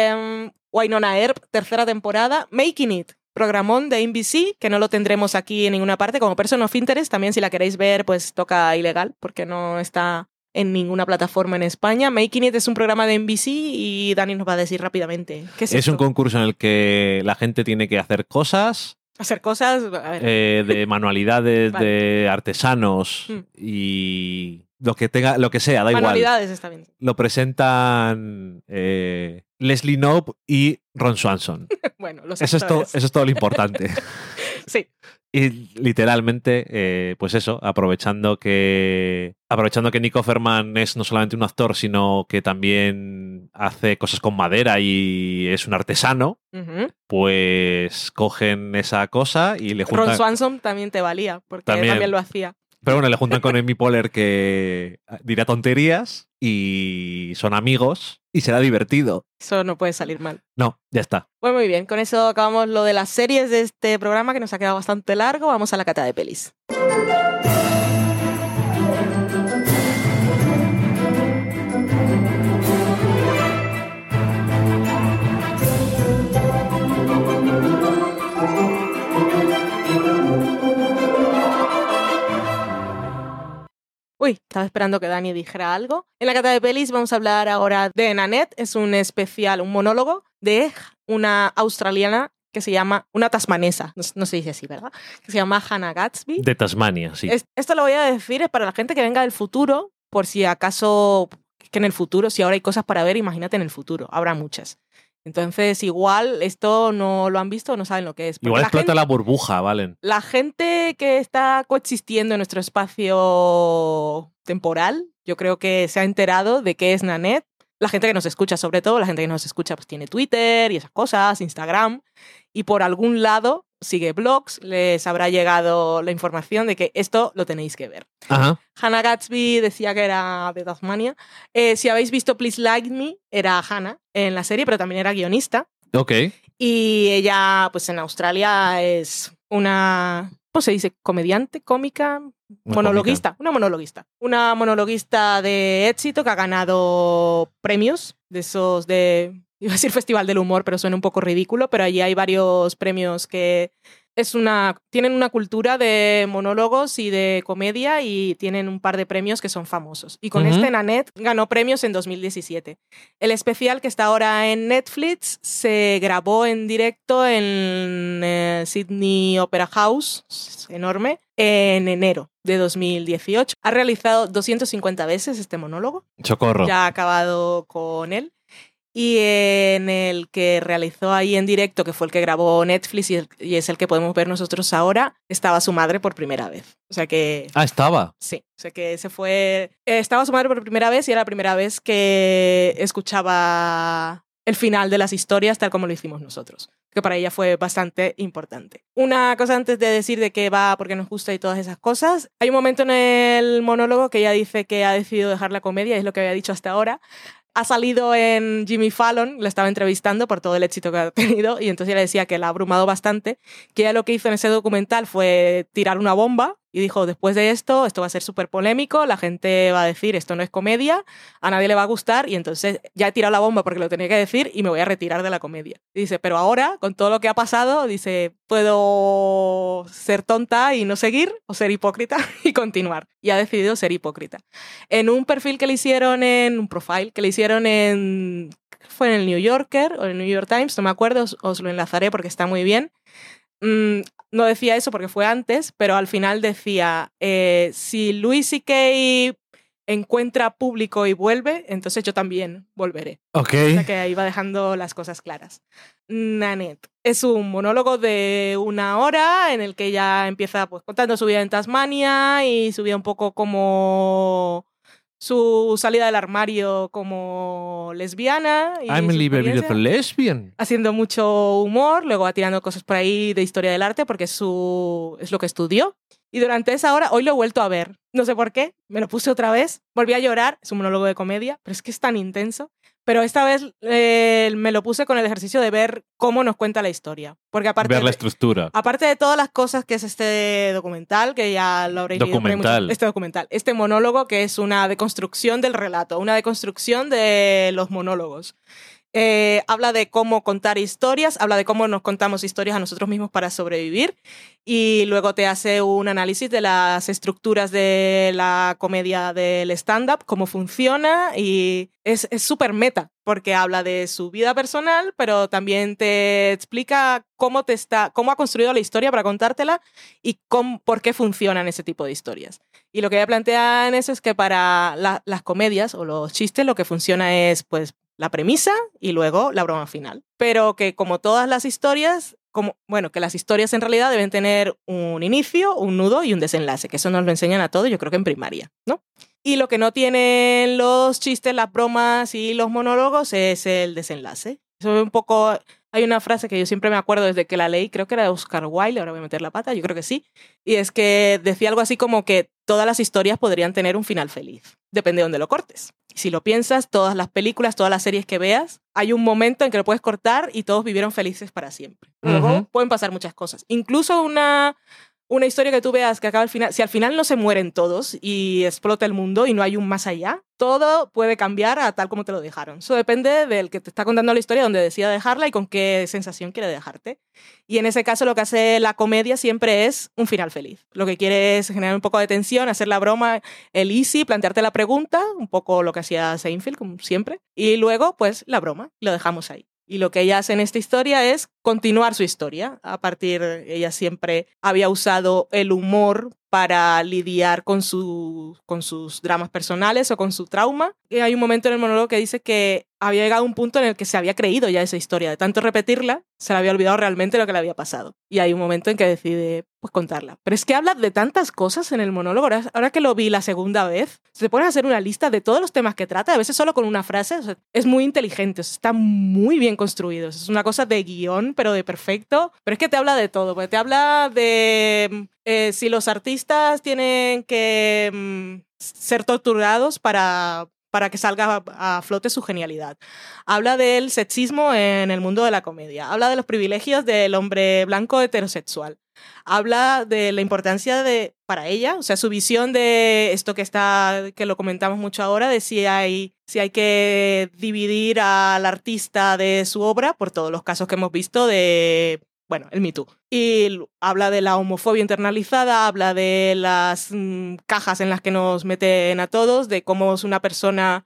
Wynonna Earp, tercera temporada. Making It, programón de NBC, que no lo tendremos aquí en ninguna parte, como Person of Interest. También si la queréis ver, pues toca ilegal, porque no está en ninguna plataforma en España. Making It es un programa de NBC y Dani nos va a decir rápidamente. ¿Qué es esto? Un concurso en el que la gente tiene que hacer cosas. Hacer cosas, a ver. De manualidades, vale. De artesanos y lo que sea, da igual. Manualidades está bien. Lo presentan Leslie Knope y Ron Swanson. Bueno, los eso es todo lo importante. Sí. Y literalmente, pues eso, aprovechando que Nick Offerman es no solamente un actor, sino que también hace cosas con madera y es un artesano, pues cogen esa cosa y le juntan... Ron Swanson también te valía, porque también lo hacía. Pero bueno, le juntan con Amy Poehler, que dirá tonterías, y son amigos, y será divertido. Eso no puede salir mal. No, ya está. Pues muy bien, con eso acabamos lo de las series de este programa, que nos ha quedado bastante largo. Vamos a la cata de pelis. Uy, estaba esperando que Dani dijera algo. En la cata de pelis vamos a hablar ahora de Nanette. Es un especial, un monólogo de una australiana que se llama, una tasmanesa, no se dice así, ¿verdad? Que se llama Hannah Gadsby. De Tasmania, sí. Esto lo voy a decir es para la gente que venga del futuro, por si acaso, que en el futuro, si ahora hay cosas para ver, imagínate en el futuro, habrá muchas. Entonces, igual, esto no lo han visto o no saben lo que es. Igual explota la burbuja, Valen. La gente que está coexistiendo en nuestro espacio temporal, yo creo que se ha enterado de qué es Nanette. La gente que nos escucha, sobre todo, la gente que nos escucha pues tiene Twitter y esas cosas, Instagram, y por algún lado sigue blogs, les habrá llegado la información de que esto lo tenéis que ver. Ajá. Hannah Gadsby decía que era de Tasmania. Si habéis visto Please Like Me, era Hannah en la serie, pero también era guionista. Ok. Y ella, pues en Australia es una, ¿cómo se dice? Comediante, cómica, monologuista. Una monologuista. Una monologuista de éxito que ha ganado premios de esos de... Iba a decir Festival del Humor, pero suena un poco ridículo, pero allí hay varios premios que tienen una cultura de monólogos y de comedia y tienen un par de premios que son famosos. Y con este Nanette ganó premios en 2017. El especial que está ahora en Netflix se grabó en directo en Sydney Opera House, enorme, en enero de 2018. Ha realizado 250 veces este monólogo. Socorro. Ya ha acabado con él. Y en el que realizó ahí en directo, que fue el que grabó Netflix y es el que podemos ver nosotros ahora, estaba su madre por primera vez. O sea que... Ah, estaba. Sí, o sea que estaba su madre por primera vez y era la primera vez que escuchaba el final de las historias tal como lo hicimos nosotros, que para ella fue bastante importante. Una cosa antes de decir de qué va, por qué nos gusta y todas esas cosas. Hay un momento en el monólogo que ella dice que ha decidido dejar la comedia, es lo que había dicho hasta ahora. Ha salido en Jimmy Fallon, le estaba entrevistando por todo el éxito que ha tenido y entonces ella decía que la ha abrumado bastante, que ella lo que hizo en ese documental fue tirar una bomba y dijo, después de esto va a ser súper polémico, la gente va a decir esto no es comedia, a nadie le va a gustar y entonces ya he tirado la bomba porque lo tenía que decir y me voy a retirar de la comedia. Y dice, pero ahora, con todo lo que ha pasado, dice, puedo ser tonta y no seguir o ser hipócrita y continuar. Y ha decidido ser hipócrita. En un perfil que le hicieron un profile que le hicieron fue en el New Yorker o en el New York Times, no me acuerdo, os lo enlazaré porque está muy bien. No decía eso porque fue antes, pero al final decía, si Louis C.K. encuentra público y vuelve, entonces yo también volveré. Ok. O sea que iba dejando las cosas claras. Nanette es un monólogo de 1 hora en el que ella empieza pues, contando su vida en Tasmania y su vida un poco como su salida del armario como lesbiana. Y I'm a little bit of a lesbian. Haciendo mucho humor, luego va tirando cosas por ahí de historia del arte porque es lo que estudió. Y durante esa hora, hoy lo he vuelto a ver. No sé por qué, me lo puse otra vez, volví a llorar, es un monólogo de comedia, pero es que es tan intenso. Pero esta vez me lo puse con el ejercicio de ver cómo nos cuenta la historia. Porque aparte ver la estructura. Aparte de todas las cosas que es este documental, que ya lo habréis leído mucho, este monólogo que es una deconstrucción del relato, una deconstrucción de los monólogos. habla de cómo contar historias, habla de cómo nos contamos historias a nosotros mismos para sobrevivir, y luego te hace un análisis de las estructuras de la comedia del stand-up, cómo funciona, y es súper meta, porque habla de su vida personal, pero también te explica cómo ha construido la historia para contártela y por qué funcionan ese tipo de historias. Y lo que ella plantea en eso es que para las comedias o los chistes lo que funciona es pues la premisa y luego la broma final. Pero que como todas las historias, que las historias en realidad deben tener un inicio, un nudo y un desenlace, que eso nos lo enseñan a todos, yo creo que en primaria, ¿no? Y lo que no tienen los chistes, las bromas y los monólogos es el desenlace. Eso es un poco... Hay una frase que yo siempre me acuerdo desde que la leí, creo que era de Oscar Wilde, ahora voy a meter la pata, yo creo que sí, y es que decía algo así como que todas las historias podrían tener un final feliz, depende de dónde lo cortes. Si lo piensas, todas las películas, todas las series que veas, hay un momento en que lo puedes cortar y todos vivieron felices para siempre. Luego pueden pasar muchas cosas. Incluso una historia que tú veas que acaba al final, si al final no se mueren todos y explota el mundo y no hay un más allá, todo puede cambiar a tal como te lo dejaron. Eso depende del que te está contando la historia, donde decida dejarla y con qué sensación quiere dejarte. Y en ese caso lo que hace la comedia siempre es un final feliz. Lo que quiere es generar un poco de tensión, hacer la broma, el easy, plantearte la pregunta, un poco lo que hacía Seinfeld, como siempre, y luego pues la broma, lo dejamos ahí. Y lo que ella hace en esta historia es continuar su historia. Ella siempre había usado el humor para lidiar con sus dramas personales o con su trauma. Y hay un momento en el monólogo que dice que había llegado a un punto en el que se había creído ya esa historia. De tanto repetirla, se le había olvidado realmente lo que le había pasado. Y hay un momento en que decide pues contarla. Pero es que habla de tantas cosas en el monólogo. Ahora que lo vi la segunda vez, se pone a hacer una lista de todos los temas que trata, a veces solo con una frase. O sea, es muy inteligente, está muy bien construido. Es una cosa de guión, pero de perfecto. Pero es que te habla de todo, porque te habla de si los artistas tienen que ser torturados para que salga a flote su genialidad. Habla del sexismo en el mundo de la comedia. Habla de los privilegios del hombre blanco heterosexual. Habla de la importancia para ella, o sea, su visión de esto que lo comentamos mucho ahora, de si hay que dividir al artista de su obra, por todos los casos que hemos visto de... Bueno, el Me Too. Y habla de la homofobia internalizada, habla de las cajas en las que nos meten a todos, de cómo es una persona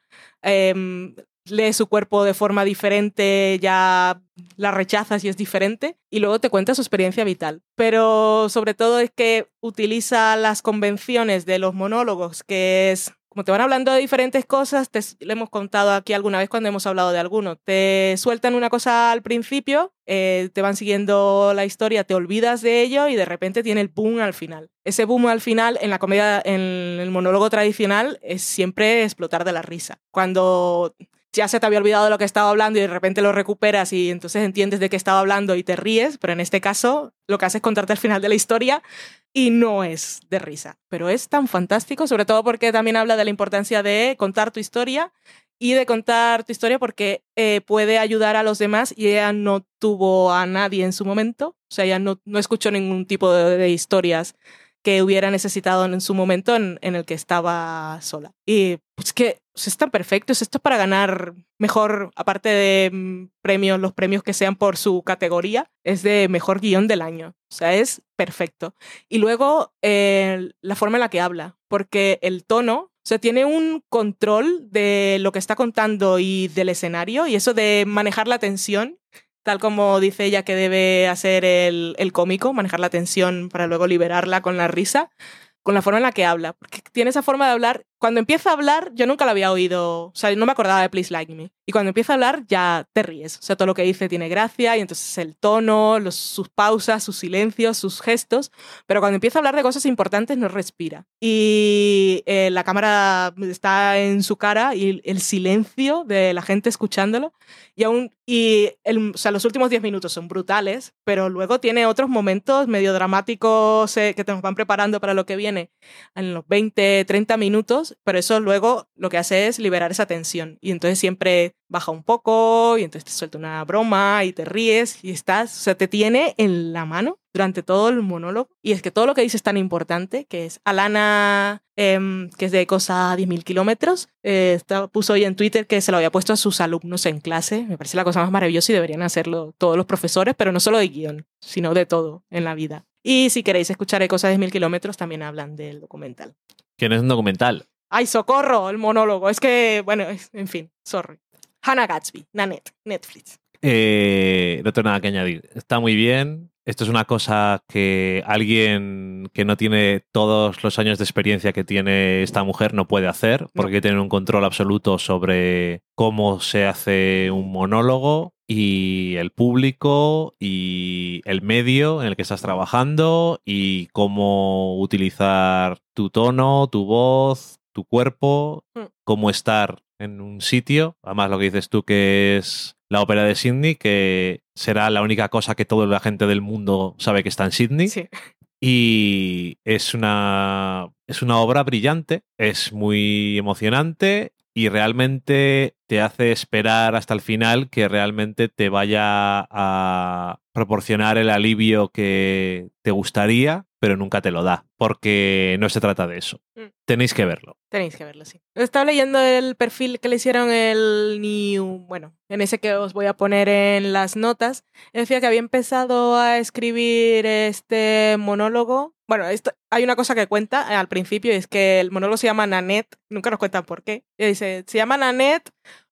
lee su cuerpo de forma diferente, ya la rechazas y es diferente, y luego te cuenta su experiencia vital. Pero sobre todo es que utiliza las convenciones de los monólogos, que es... Como te van hablando de diferentes cosas, le hemos contado aquí alguna vez cuando hemos hablado de alguno. Te sueltan una cosa al principio, te van siguiendo la historia, te olvidas de ello y de repente tiene el boom al final. Ese boom al final en la comedia, en el monólogo tradicional, es siempre explotar de la risa. Cuando ya se te había olvidado de lo que estaba hablando y de repente lo recuperas y entonces entiendes de qué estaba hablando y te ríes, pero en este caso lo que hace es contarte el final de la historia y no es de risa. Pero es tan fantástico, sobre todo porque también habla de la importancia de contar tu historia y de contar tu historia porque puede ayudar a los demás y ella no tuvo a nadie en su momento, o sea, ella no escuchó ningún tipo de historias que hubiera necesitado en su momento en el que estaba sola. Y pues que es tan perfecto, esto es para ganar mejor, aparte de premios, los premios que sean por su categoría, es de mejor guión del año. O sea, es perfecto. Y luego la forma en la que habla, porque el tono, o sea, tiene un control de lo que está contando y del escenario, y eso de manejar la tensión, tal como dice ella que debe hacer el cómico, manejar la tensión para luego liberarla con la risa, con la forma en la que habla. Porque tiene esa forma de hablar. Cuando empieza a hablar, yo nunca la había oído, o sea, no me acordaba de Please Like Me. Y cuando empieza a hablar, ya te ríes. O sea, todo lo que dice tiene gracia, y entonces el tono, sus pausas, sus silencios, sus gestos. Pero cuando empieza a hablar de cosas importantes, no respira. Y la cámara está en su cara y el silencio de la gente escuchándolo. O sea, los últimos 10 minutos son brutales, pero luego tiene otros momentos medio dramáticos que te nos van preparando para lo que viene en los 20, 30 minutos minutos, pero eso luego lo que hace es liberar esa tensión. Y entonces siempre baja un poco y entonces te suelta una broma y te ríes y estás, o sea, te tiene en la mano durante todo el monólogo. Y es que todo lo que dice es tan importante, que es Alana, que es de Cosa 10.000 kilómetros, puso hoy en Twitter que se lo había puesto a sus alumnos en clase. Me parece la cosa más maravillosa y deberían hacerlo todos los profesores, pero no solo de guión, sino de todo en la vida. Y si queréis escuchar Cosa 10.000 kilómetros, también hablan del documental. ¿Quién es un documental? ¡Ay, socorro! El monólogo. Es que, bueno, en fin, sorry. Hannah Gadsby, Nanette, Netflix. No tengo nada que añadir. Está muy bien. Esto es una cosa que alguien que no tiene todos los años de experiencia que tiene esta mujer no puede hacer, porque hay que tener un control absoluto sobre cómo se hace un monólogo y el público y el medio en el que estás trabajando y cómo utilizar tu tono, tu voz, tu cuerpo, cómo estar en un sitio. Además, lo que dices tú, que es la ópera de Sydney, que será la única cosa que toda la gente del mundo sabe que está en Sydney. Sí. Y es una obra brillante, es muy emocionante y realmente te hace esperar hasta el final que realmente te vaya a proporcionar el alivio que te gustaría, pero nunca te lo da, porque no se trata de eso. Tenéis que verlo. Tenéis que verlo, sí. Estaba leyendo el perfil que le hicieron el New... Bueno, en ese que os voy a poner en las notas. Decía que había empezado a escribir este monólogo. Bueno, hay una cosa que cuenta al principio, y es que el monólogo se llama Nanette. Nunca nos cuentan por qué. Y dice, se llama Nanette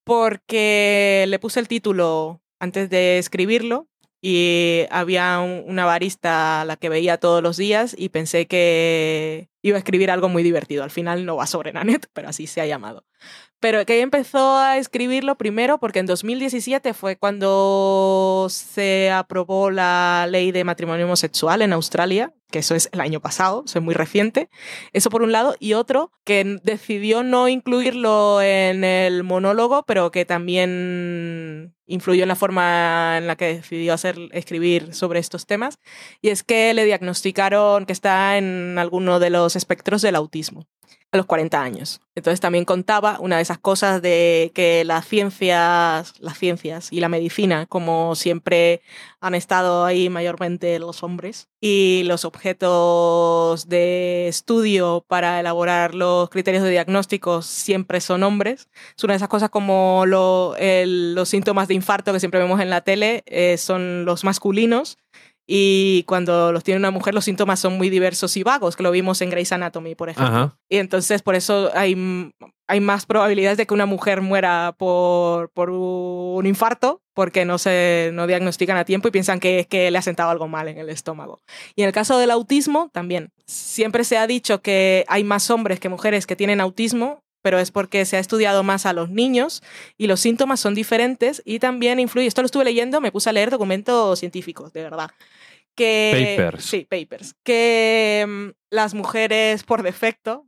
porque le puse el título antes de escribirlo. Y había una barista a la que veía todos los días y pensé que iba a escribir algo muy divertido. Al final no va sobre Nanette, pero así se ha llamado. Pero que ella empezó a escribirlo primero porque en 2017 fue cuando se aprobó la ley de matrimonio homosexual en Australia, que eso es el año pasado, eso es muy reciente. Eso por un lado. Y otro, que decidió no incluirlo en el monólogo, pero que también influyó en la forma en la que decidió escribir sobre estos temas. Y es que le diagnosticaron que está en alguno de los espectros del autismo a los 40 años. Entonces también contaba una de esas cosas de que las ciencias y la medicina, como siempre han estado ahí mayormente los hombres, y los objetos de estudio para elaborar los criterios de diagnóstico siempre son hombres. Es una de esas cosas como los síntomas de infarto que siempre vemos en la tele, son los masculinos. Y cuando los tiene una mujer, los síntomas son muy diversos y vagos, que lo vimos en Grey's Anatomy, por ejemplo. Ajá. Y entonces, por eso hay más probabilidades de que una mujer muera por un infarto, porque no diagnostican a tiempo y piensan que es que le ha sentado algo mal en el estómago. Y en el caso del autismo, también. Siempre se ha dicho que hay más hombres que mujeres que tienen autismo, pero es porque se ha estudiado más a los niños y los síntomas son diferentes y también influye. Esto lo estuve leyendo, me puse a leer documentos científicos, de verdad. Papers. Sí, papers. Que las mujeres, por defecto,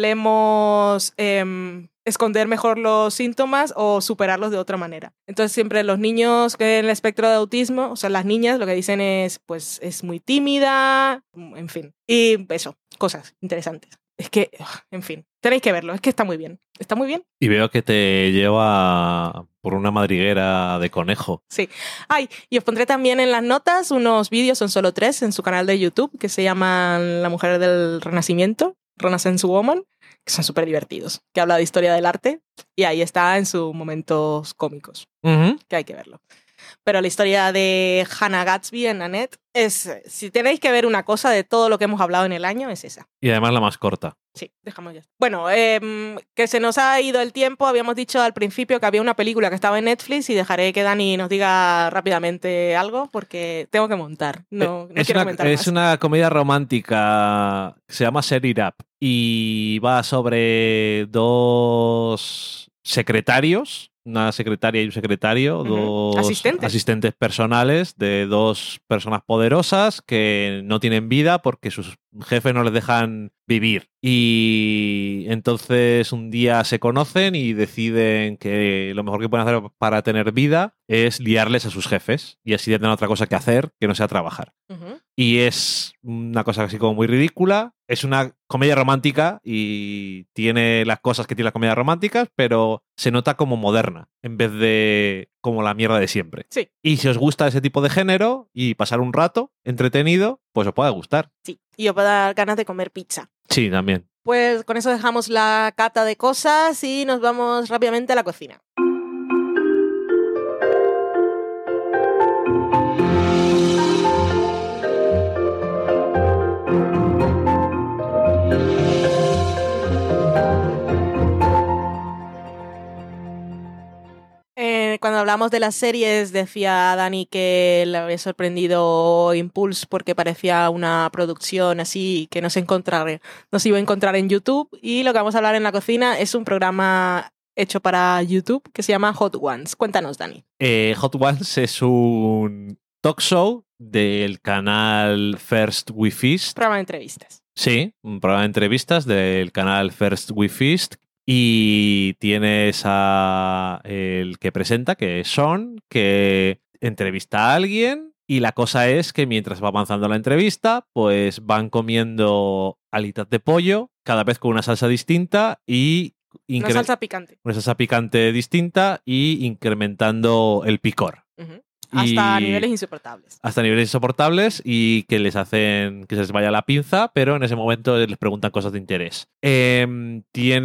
solemos esconder mejor los síntomas o superarlos de otra manera. Entonces, siempre los niños en el espectro de autismo, o sea, las niñas lo que dicen es, pues, es muy tímida, en fin. Y eso, cosas interesantes. Es que, en fin, tenéis que verlo, es que está muy bien. Está muy bien. Y veo que te lleva por una madriguera de conejo. Sí. Ay, y os pondré también en las notas unos vídeos, son solo 3, en su canal de YouTube, que se llaman La Mujer del Renacimiento, Renaissance Woman, que son súper divertidos, que habla de historia del arte, y ahí está en sus momentos cómicos, que hay que verlo. Pero la historia de Hannah Gadsby en Nanette es, si tenéis que ver una cosa de todo lo que hemos hablado en el año, es esa. Y además la más corta. Sí, dejamos ya. Bueno, que se nos ha ido el tiempo. Habíamos dicho al principio que había una película que estaba en Netflix y dejaré que Dani nos diga rápidamente algo porque tengo que montar. No quiero comentar más. Es una comedia romántica que se llama Set It Up y va sobre dos secretarios, una secretaria y un secretario, dos asistentes personales de dos personas poderosas que no tienen vida porque sus jefe no les dejan vivir. Y entonces un día se conocen y deciden que lo mejor que pueden hacer para tener vida es liarles a sus jefes y así tienen otra cosa que hacer que no sea trabajar. Y es una cosa así como muy ridícula. Es una comedia romántica y tiene las cosas que tiene las comedias románticas, pero se nota como moderna en vez de como la mierda de siempre. Sí. Y si os gusta ese tipo de género y pasar un rato entretenido, pues os puede gustar. Sí, y os puede dar ganas de comer pizza. Sí, también. Pues con eso dejamos la cata de cosas y nos vamos rápidamente a la cocina. Cuando hablamos de las series, decía Dani que le había sorprendido Impulse porque parecía una producción así que no se iba a encontrar en YouTube. Y lo que vamos a hablar en la cocina es un programa hecho para YouTube que se llama Hot Ones. Cuéntanos, Dani. Hot Ones es un talk show del canal First We Feast. Programa de entrevistas. Sí, un programa de entrevistas del canal First We Feast. Y tienes a el que presenta, que es Sean, que entrevista a alguien y la cosa es que mientras va avanzando la entrevista, pues van comiendo alitas de pollo, cada vez con una salsa distinta y... Una salsa picante. Una salsa picante distinta y incrementando el picor. Hasta niveles insoportables. Hasta niveles insoportables y que les hacen que se les vaya la pinza, pero en ese momento les preguntan cosas de interés. Me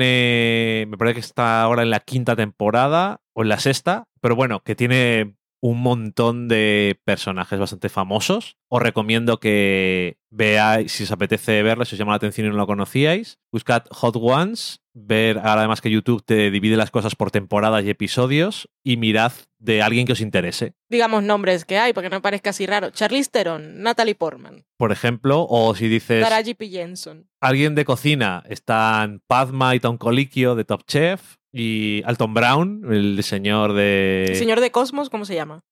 parece que está ahora en la 5ª temporada o en la 6ª, pero bueno, que tiene un montón de personajes bastante famosos. Os recomiendo que veáis, si os apetece verlo, si os llama la atención y no lo conocíais, buscad Hot Ones, ver ahora además que YouTube te divide las cosas por temporadas y episodios y mirad de alguien que os interese. Digamos nombres que hay, porque no parezca así raro. Charlize Theron, Natalie Portman. Por ejemplo, o si dices... Taraji P. Henson. Alguien de cocina, están Padma y Tom Colicchio de Top Chef y Alton Brown, el señor de... ¿El señor de Cosmos? ¿Cómo se llama?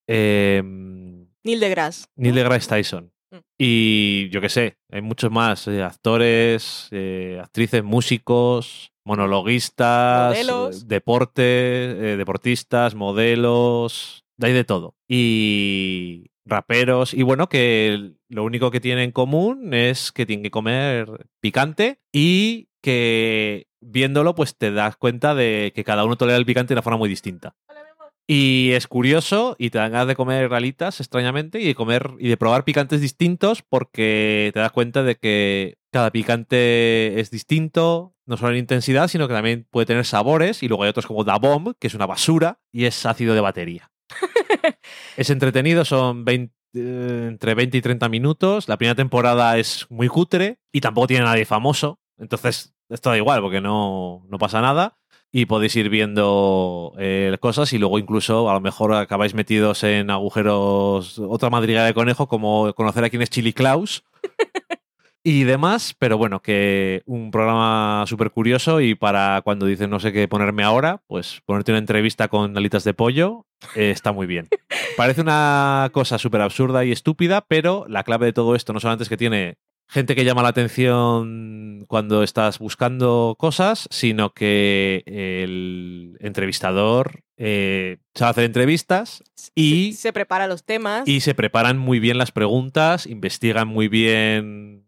Neil deGrasse. Neil deGrasse Tyson. Y yo qué sé, hay muchos más actores, actrices, músicos, monologuistas, modelos. deportistas, modelos, hay de todo. Y raperos. Y bueno, que lo único que tienen en común es que tienen que comer picante y que viéndolo pues te das cuenta de que cada uno tolera el picante de una forma muy distinta. Y es curioso y te dan ganas de comer alitas extrañamente y de probar picantes distintos porque te das cuenta de que cada picante es distinto, no solo en intensidad, sino que también puede tener sabores y luego hay otros como Da Bomb, que es una basura y es ácido de batería. Es entretenido, son entre 20 y 30 minutos. La primera temporada es muy cutre y tampoco tiene nadie famoso, entonces esto da igual porque no pasa nada. Y podéis ir viendo cosas y luego incluso a lo mejor acabáis metidos en agujeros, otra madriguera de conejo, como conocer a quién es Chili Klaus y demás. Pero bueno, que un programa súper curioso y para cuando dices no sé qué ponerme ahora, pues ponerte una entrevista con alitas de pollo está muy bien. Parece una cosa súper absurda y estúpida, pero la clave de todo esto no solamente es que tiene gente que llama la atención cuando estás buscando cosas, sino que el entrevistador sabe hacer entrevistas y se prepara los temas. Y se preparan muy bien las preguntas, investigan muy bien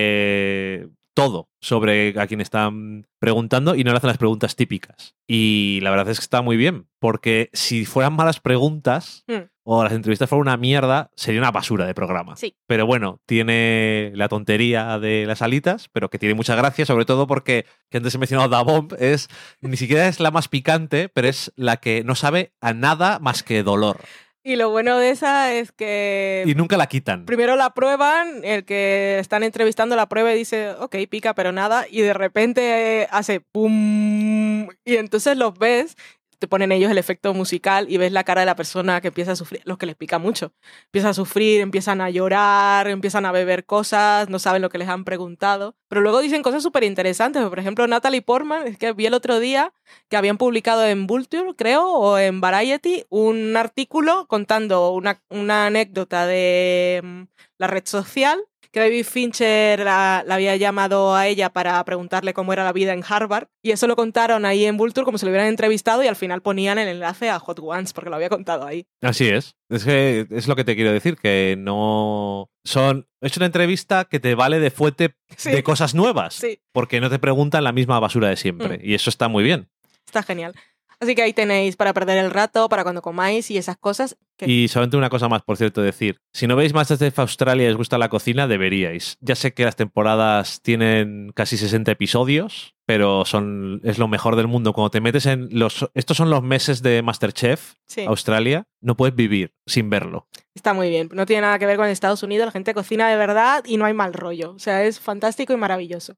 todo sobre a quién están preguntando y no le hacen las preguntas típicas. Y la verdad es que está muy bien, porque si fueran malas preguntas o las entrevistas fueran una mierda, sería una basura de programa. Sí. Pero bueno, tiene la tontería de las alitas, pero que tiene mucha gracia, sobre todo porque, que antes he mencionado Da Bomb, ni siquiera es la más picante, pero es la que no sabe a nada más que dolor. Y lo bueno de esa es que... Y nunca la quitan. Primero la prueban, el que están entrevistando la prueba y dice, ok, pica, pero nada, y de repente hace pum, y entonces los ves, te ponen ellos el efecto musical y ves la cara de la persona que empieza a sufrir, los que les pica mucho. Empieza a sufrir, empiezan a llorar, empiezan a beber cosas, no saben lo que les han preguntado. Pero luego dicen cosas súper interesantes. Por ejemplo, Natalie Portman, es que vi el otro día que habían publicado en Vulture, creo, o en Variety, un artículo contando una anécdota de la red social que David Fincher la había llamado a ella para preguntarle cómo era la vida en Harvard, y eso lo contaron ahí en Vulture como si lo hubieran entrevistado y al final ponían el enlace a Hot Ones porque lo había contado ahí. Así es. Es que es lo que te quiero decir, que no son... Es una entrevista que te vale de fuente de cosas nuevas, porque no te preguntan la misma basura de siempre, y eso está muy bien. Está genial. Así que ahí tenéis para perder el rato, para cuando comáis y esas cosas. Y solamente una cosa más, por cierto, decir. Si no veis MasterChef Australia y os gusta la cocina, deberíais. Ya sé que las temporadas tienen casi 60 episodios, pero es lo mejor del mundo. Cuando te metes en estos son los meses de MasterChef Australia, no puedes vivir sin verlo. Está muy bien. No tiene nada que ver con Estados Unidos. La gente cocina de verdad y no hay mal rollo. O sea, es fantástico y maravilloso.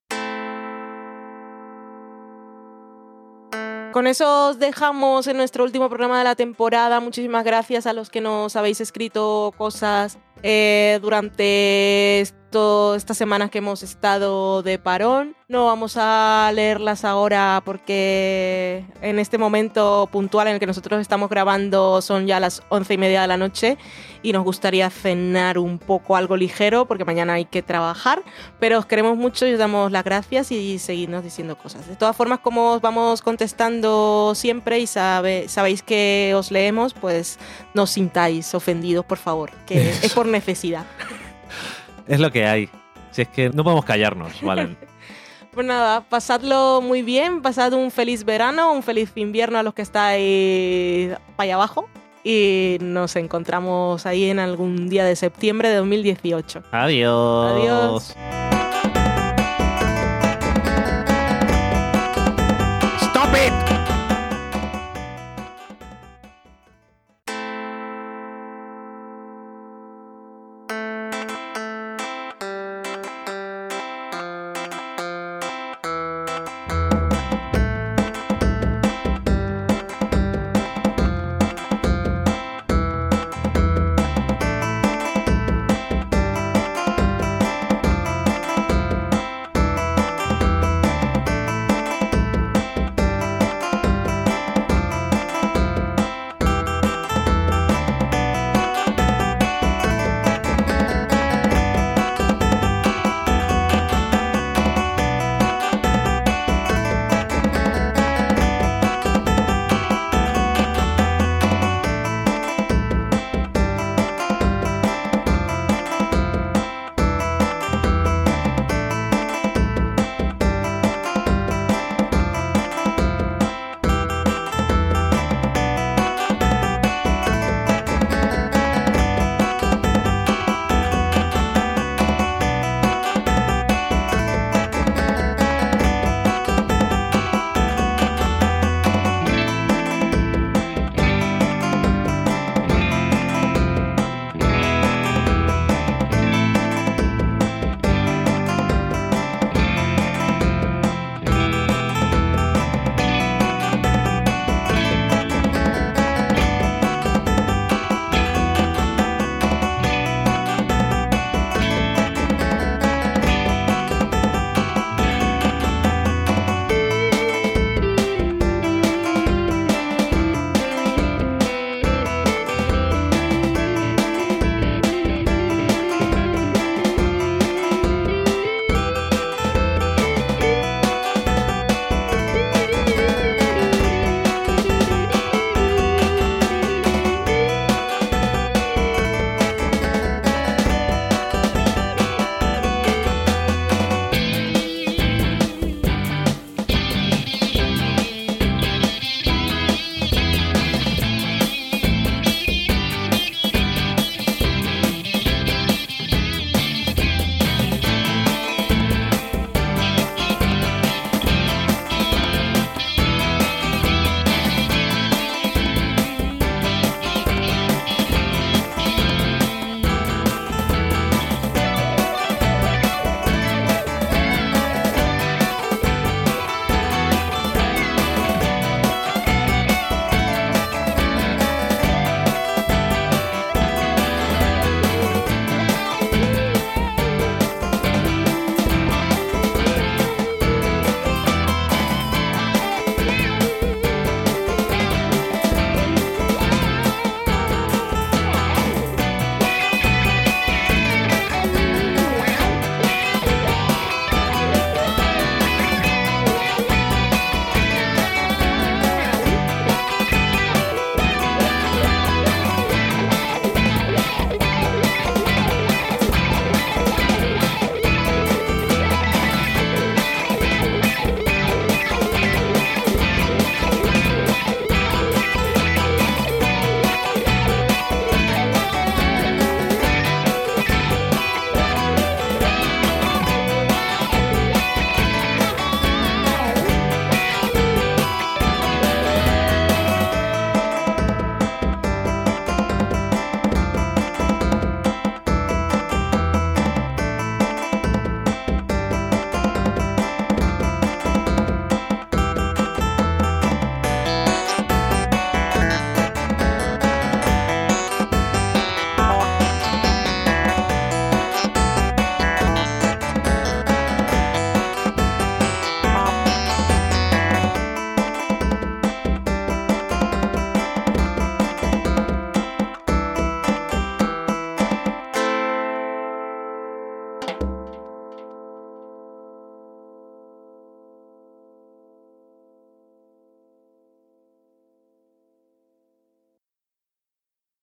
Con eso os dejamos en nuestro último programa de la temporada. Muchísimas gracias a los que nos habéis escrito cosas durante estas semanas que hemos estado de parón. No vamos a leerlas ahora porque en este momento puntual en el que nosotros estamos grabando son ya las 11:30 de la noche y nos gustaría cenar un poco algo ligero porque mañana hay que trabajar, pero os queremos mucho y os damos las gracias y seguidnos diciendo cosas. De todas formas, como os vamos contestando siempre y sabéis que os leemos, pues no os sintáis ofendidos, por favor, que es por necesidad. Es lo que hay. Si es que no podemos callarnos, ¿vale? Pues nada, pasadlo muy bien, pasad un feliz verano, un feliz invierno a los que estáis para allá abajo y nos encontramos ahí en algún día de septiembre de 2018. Adiós. Adiós.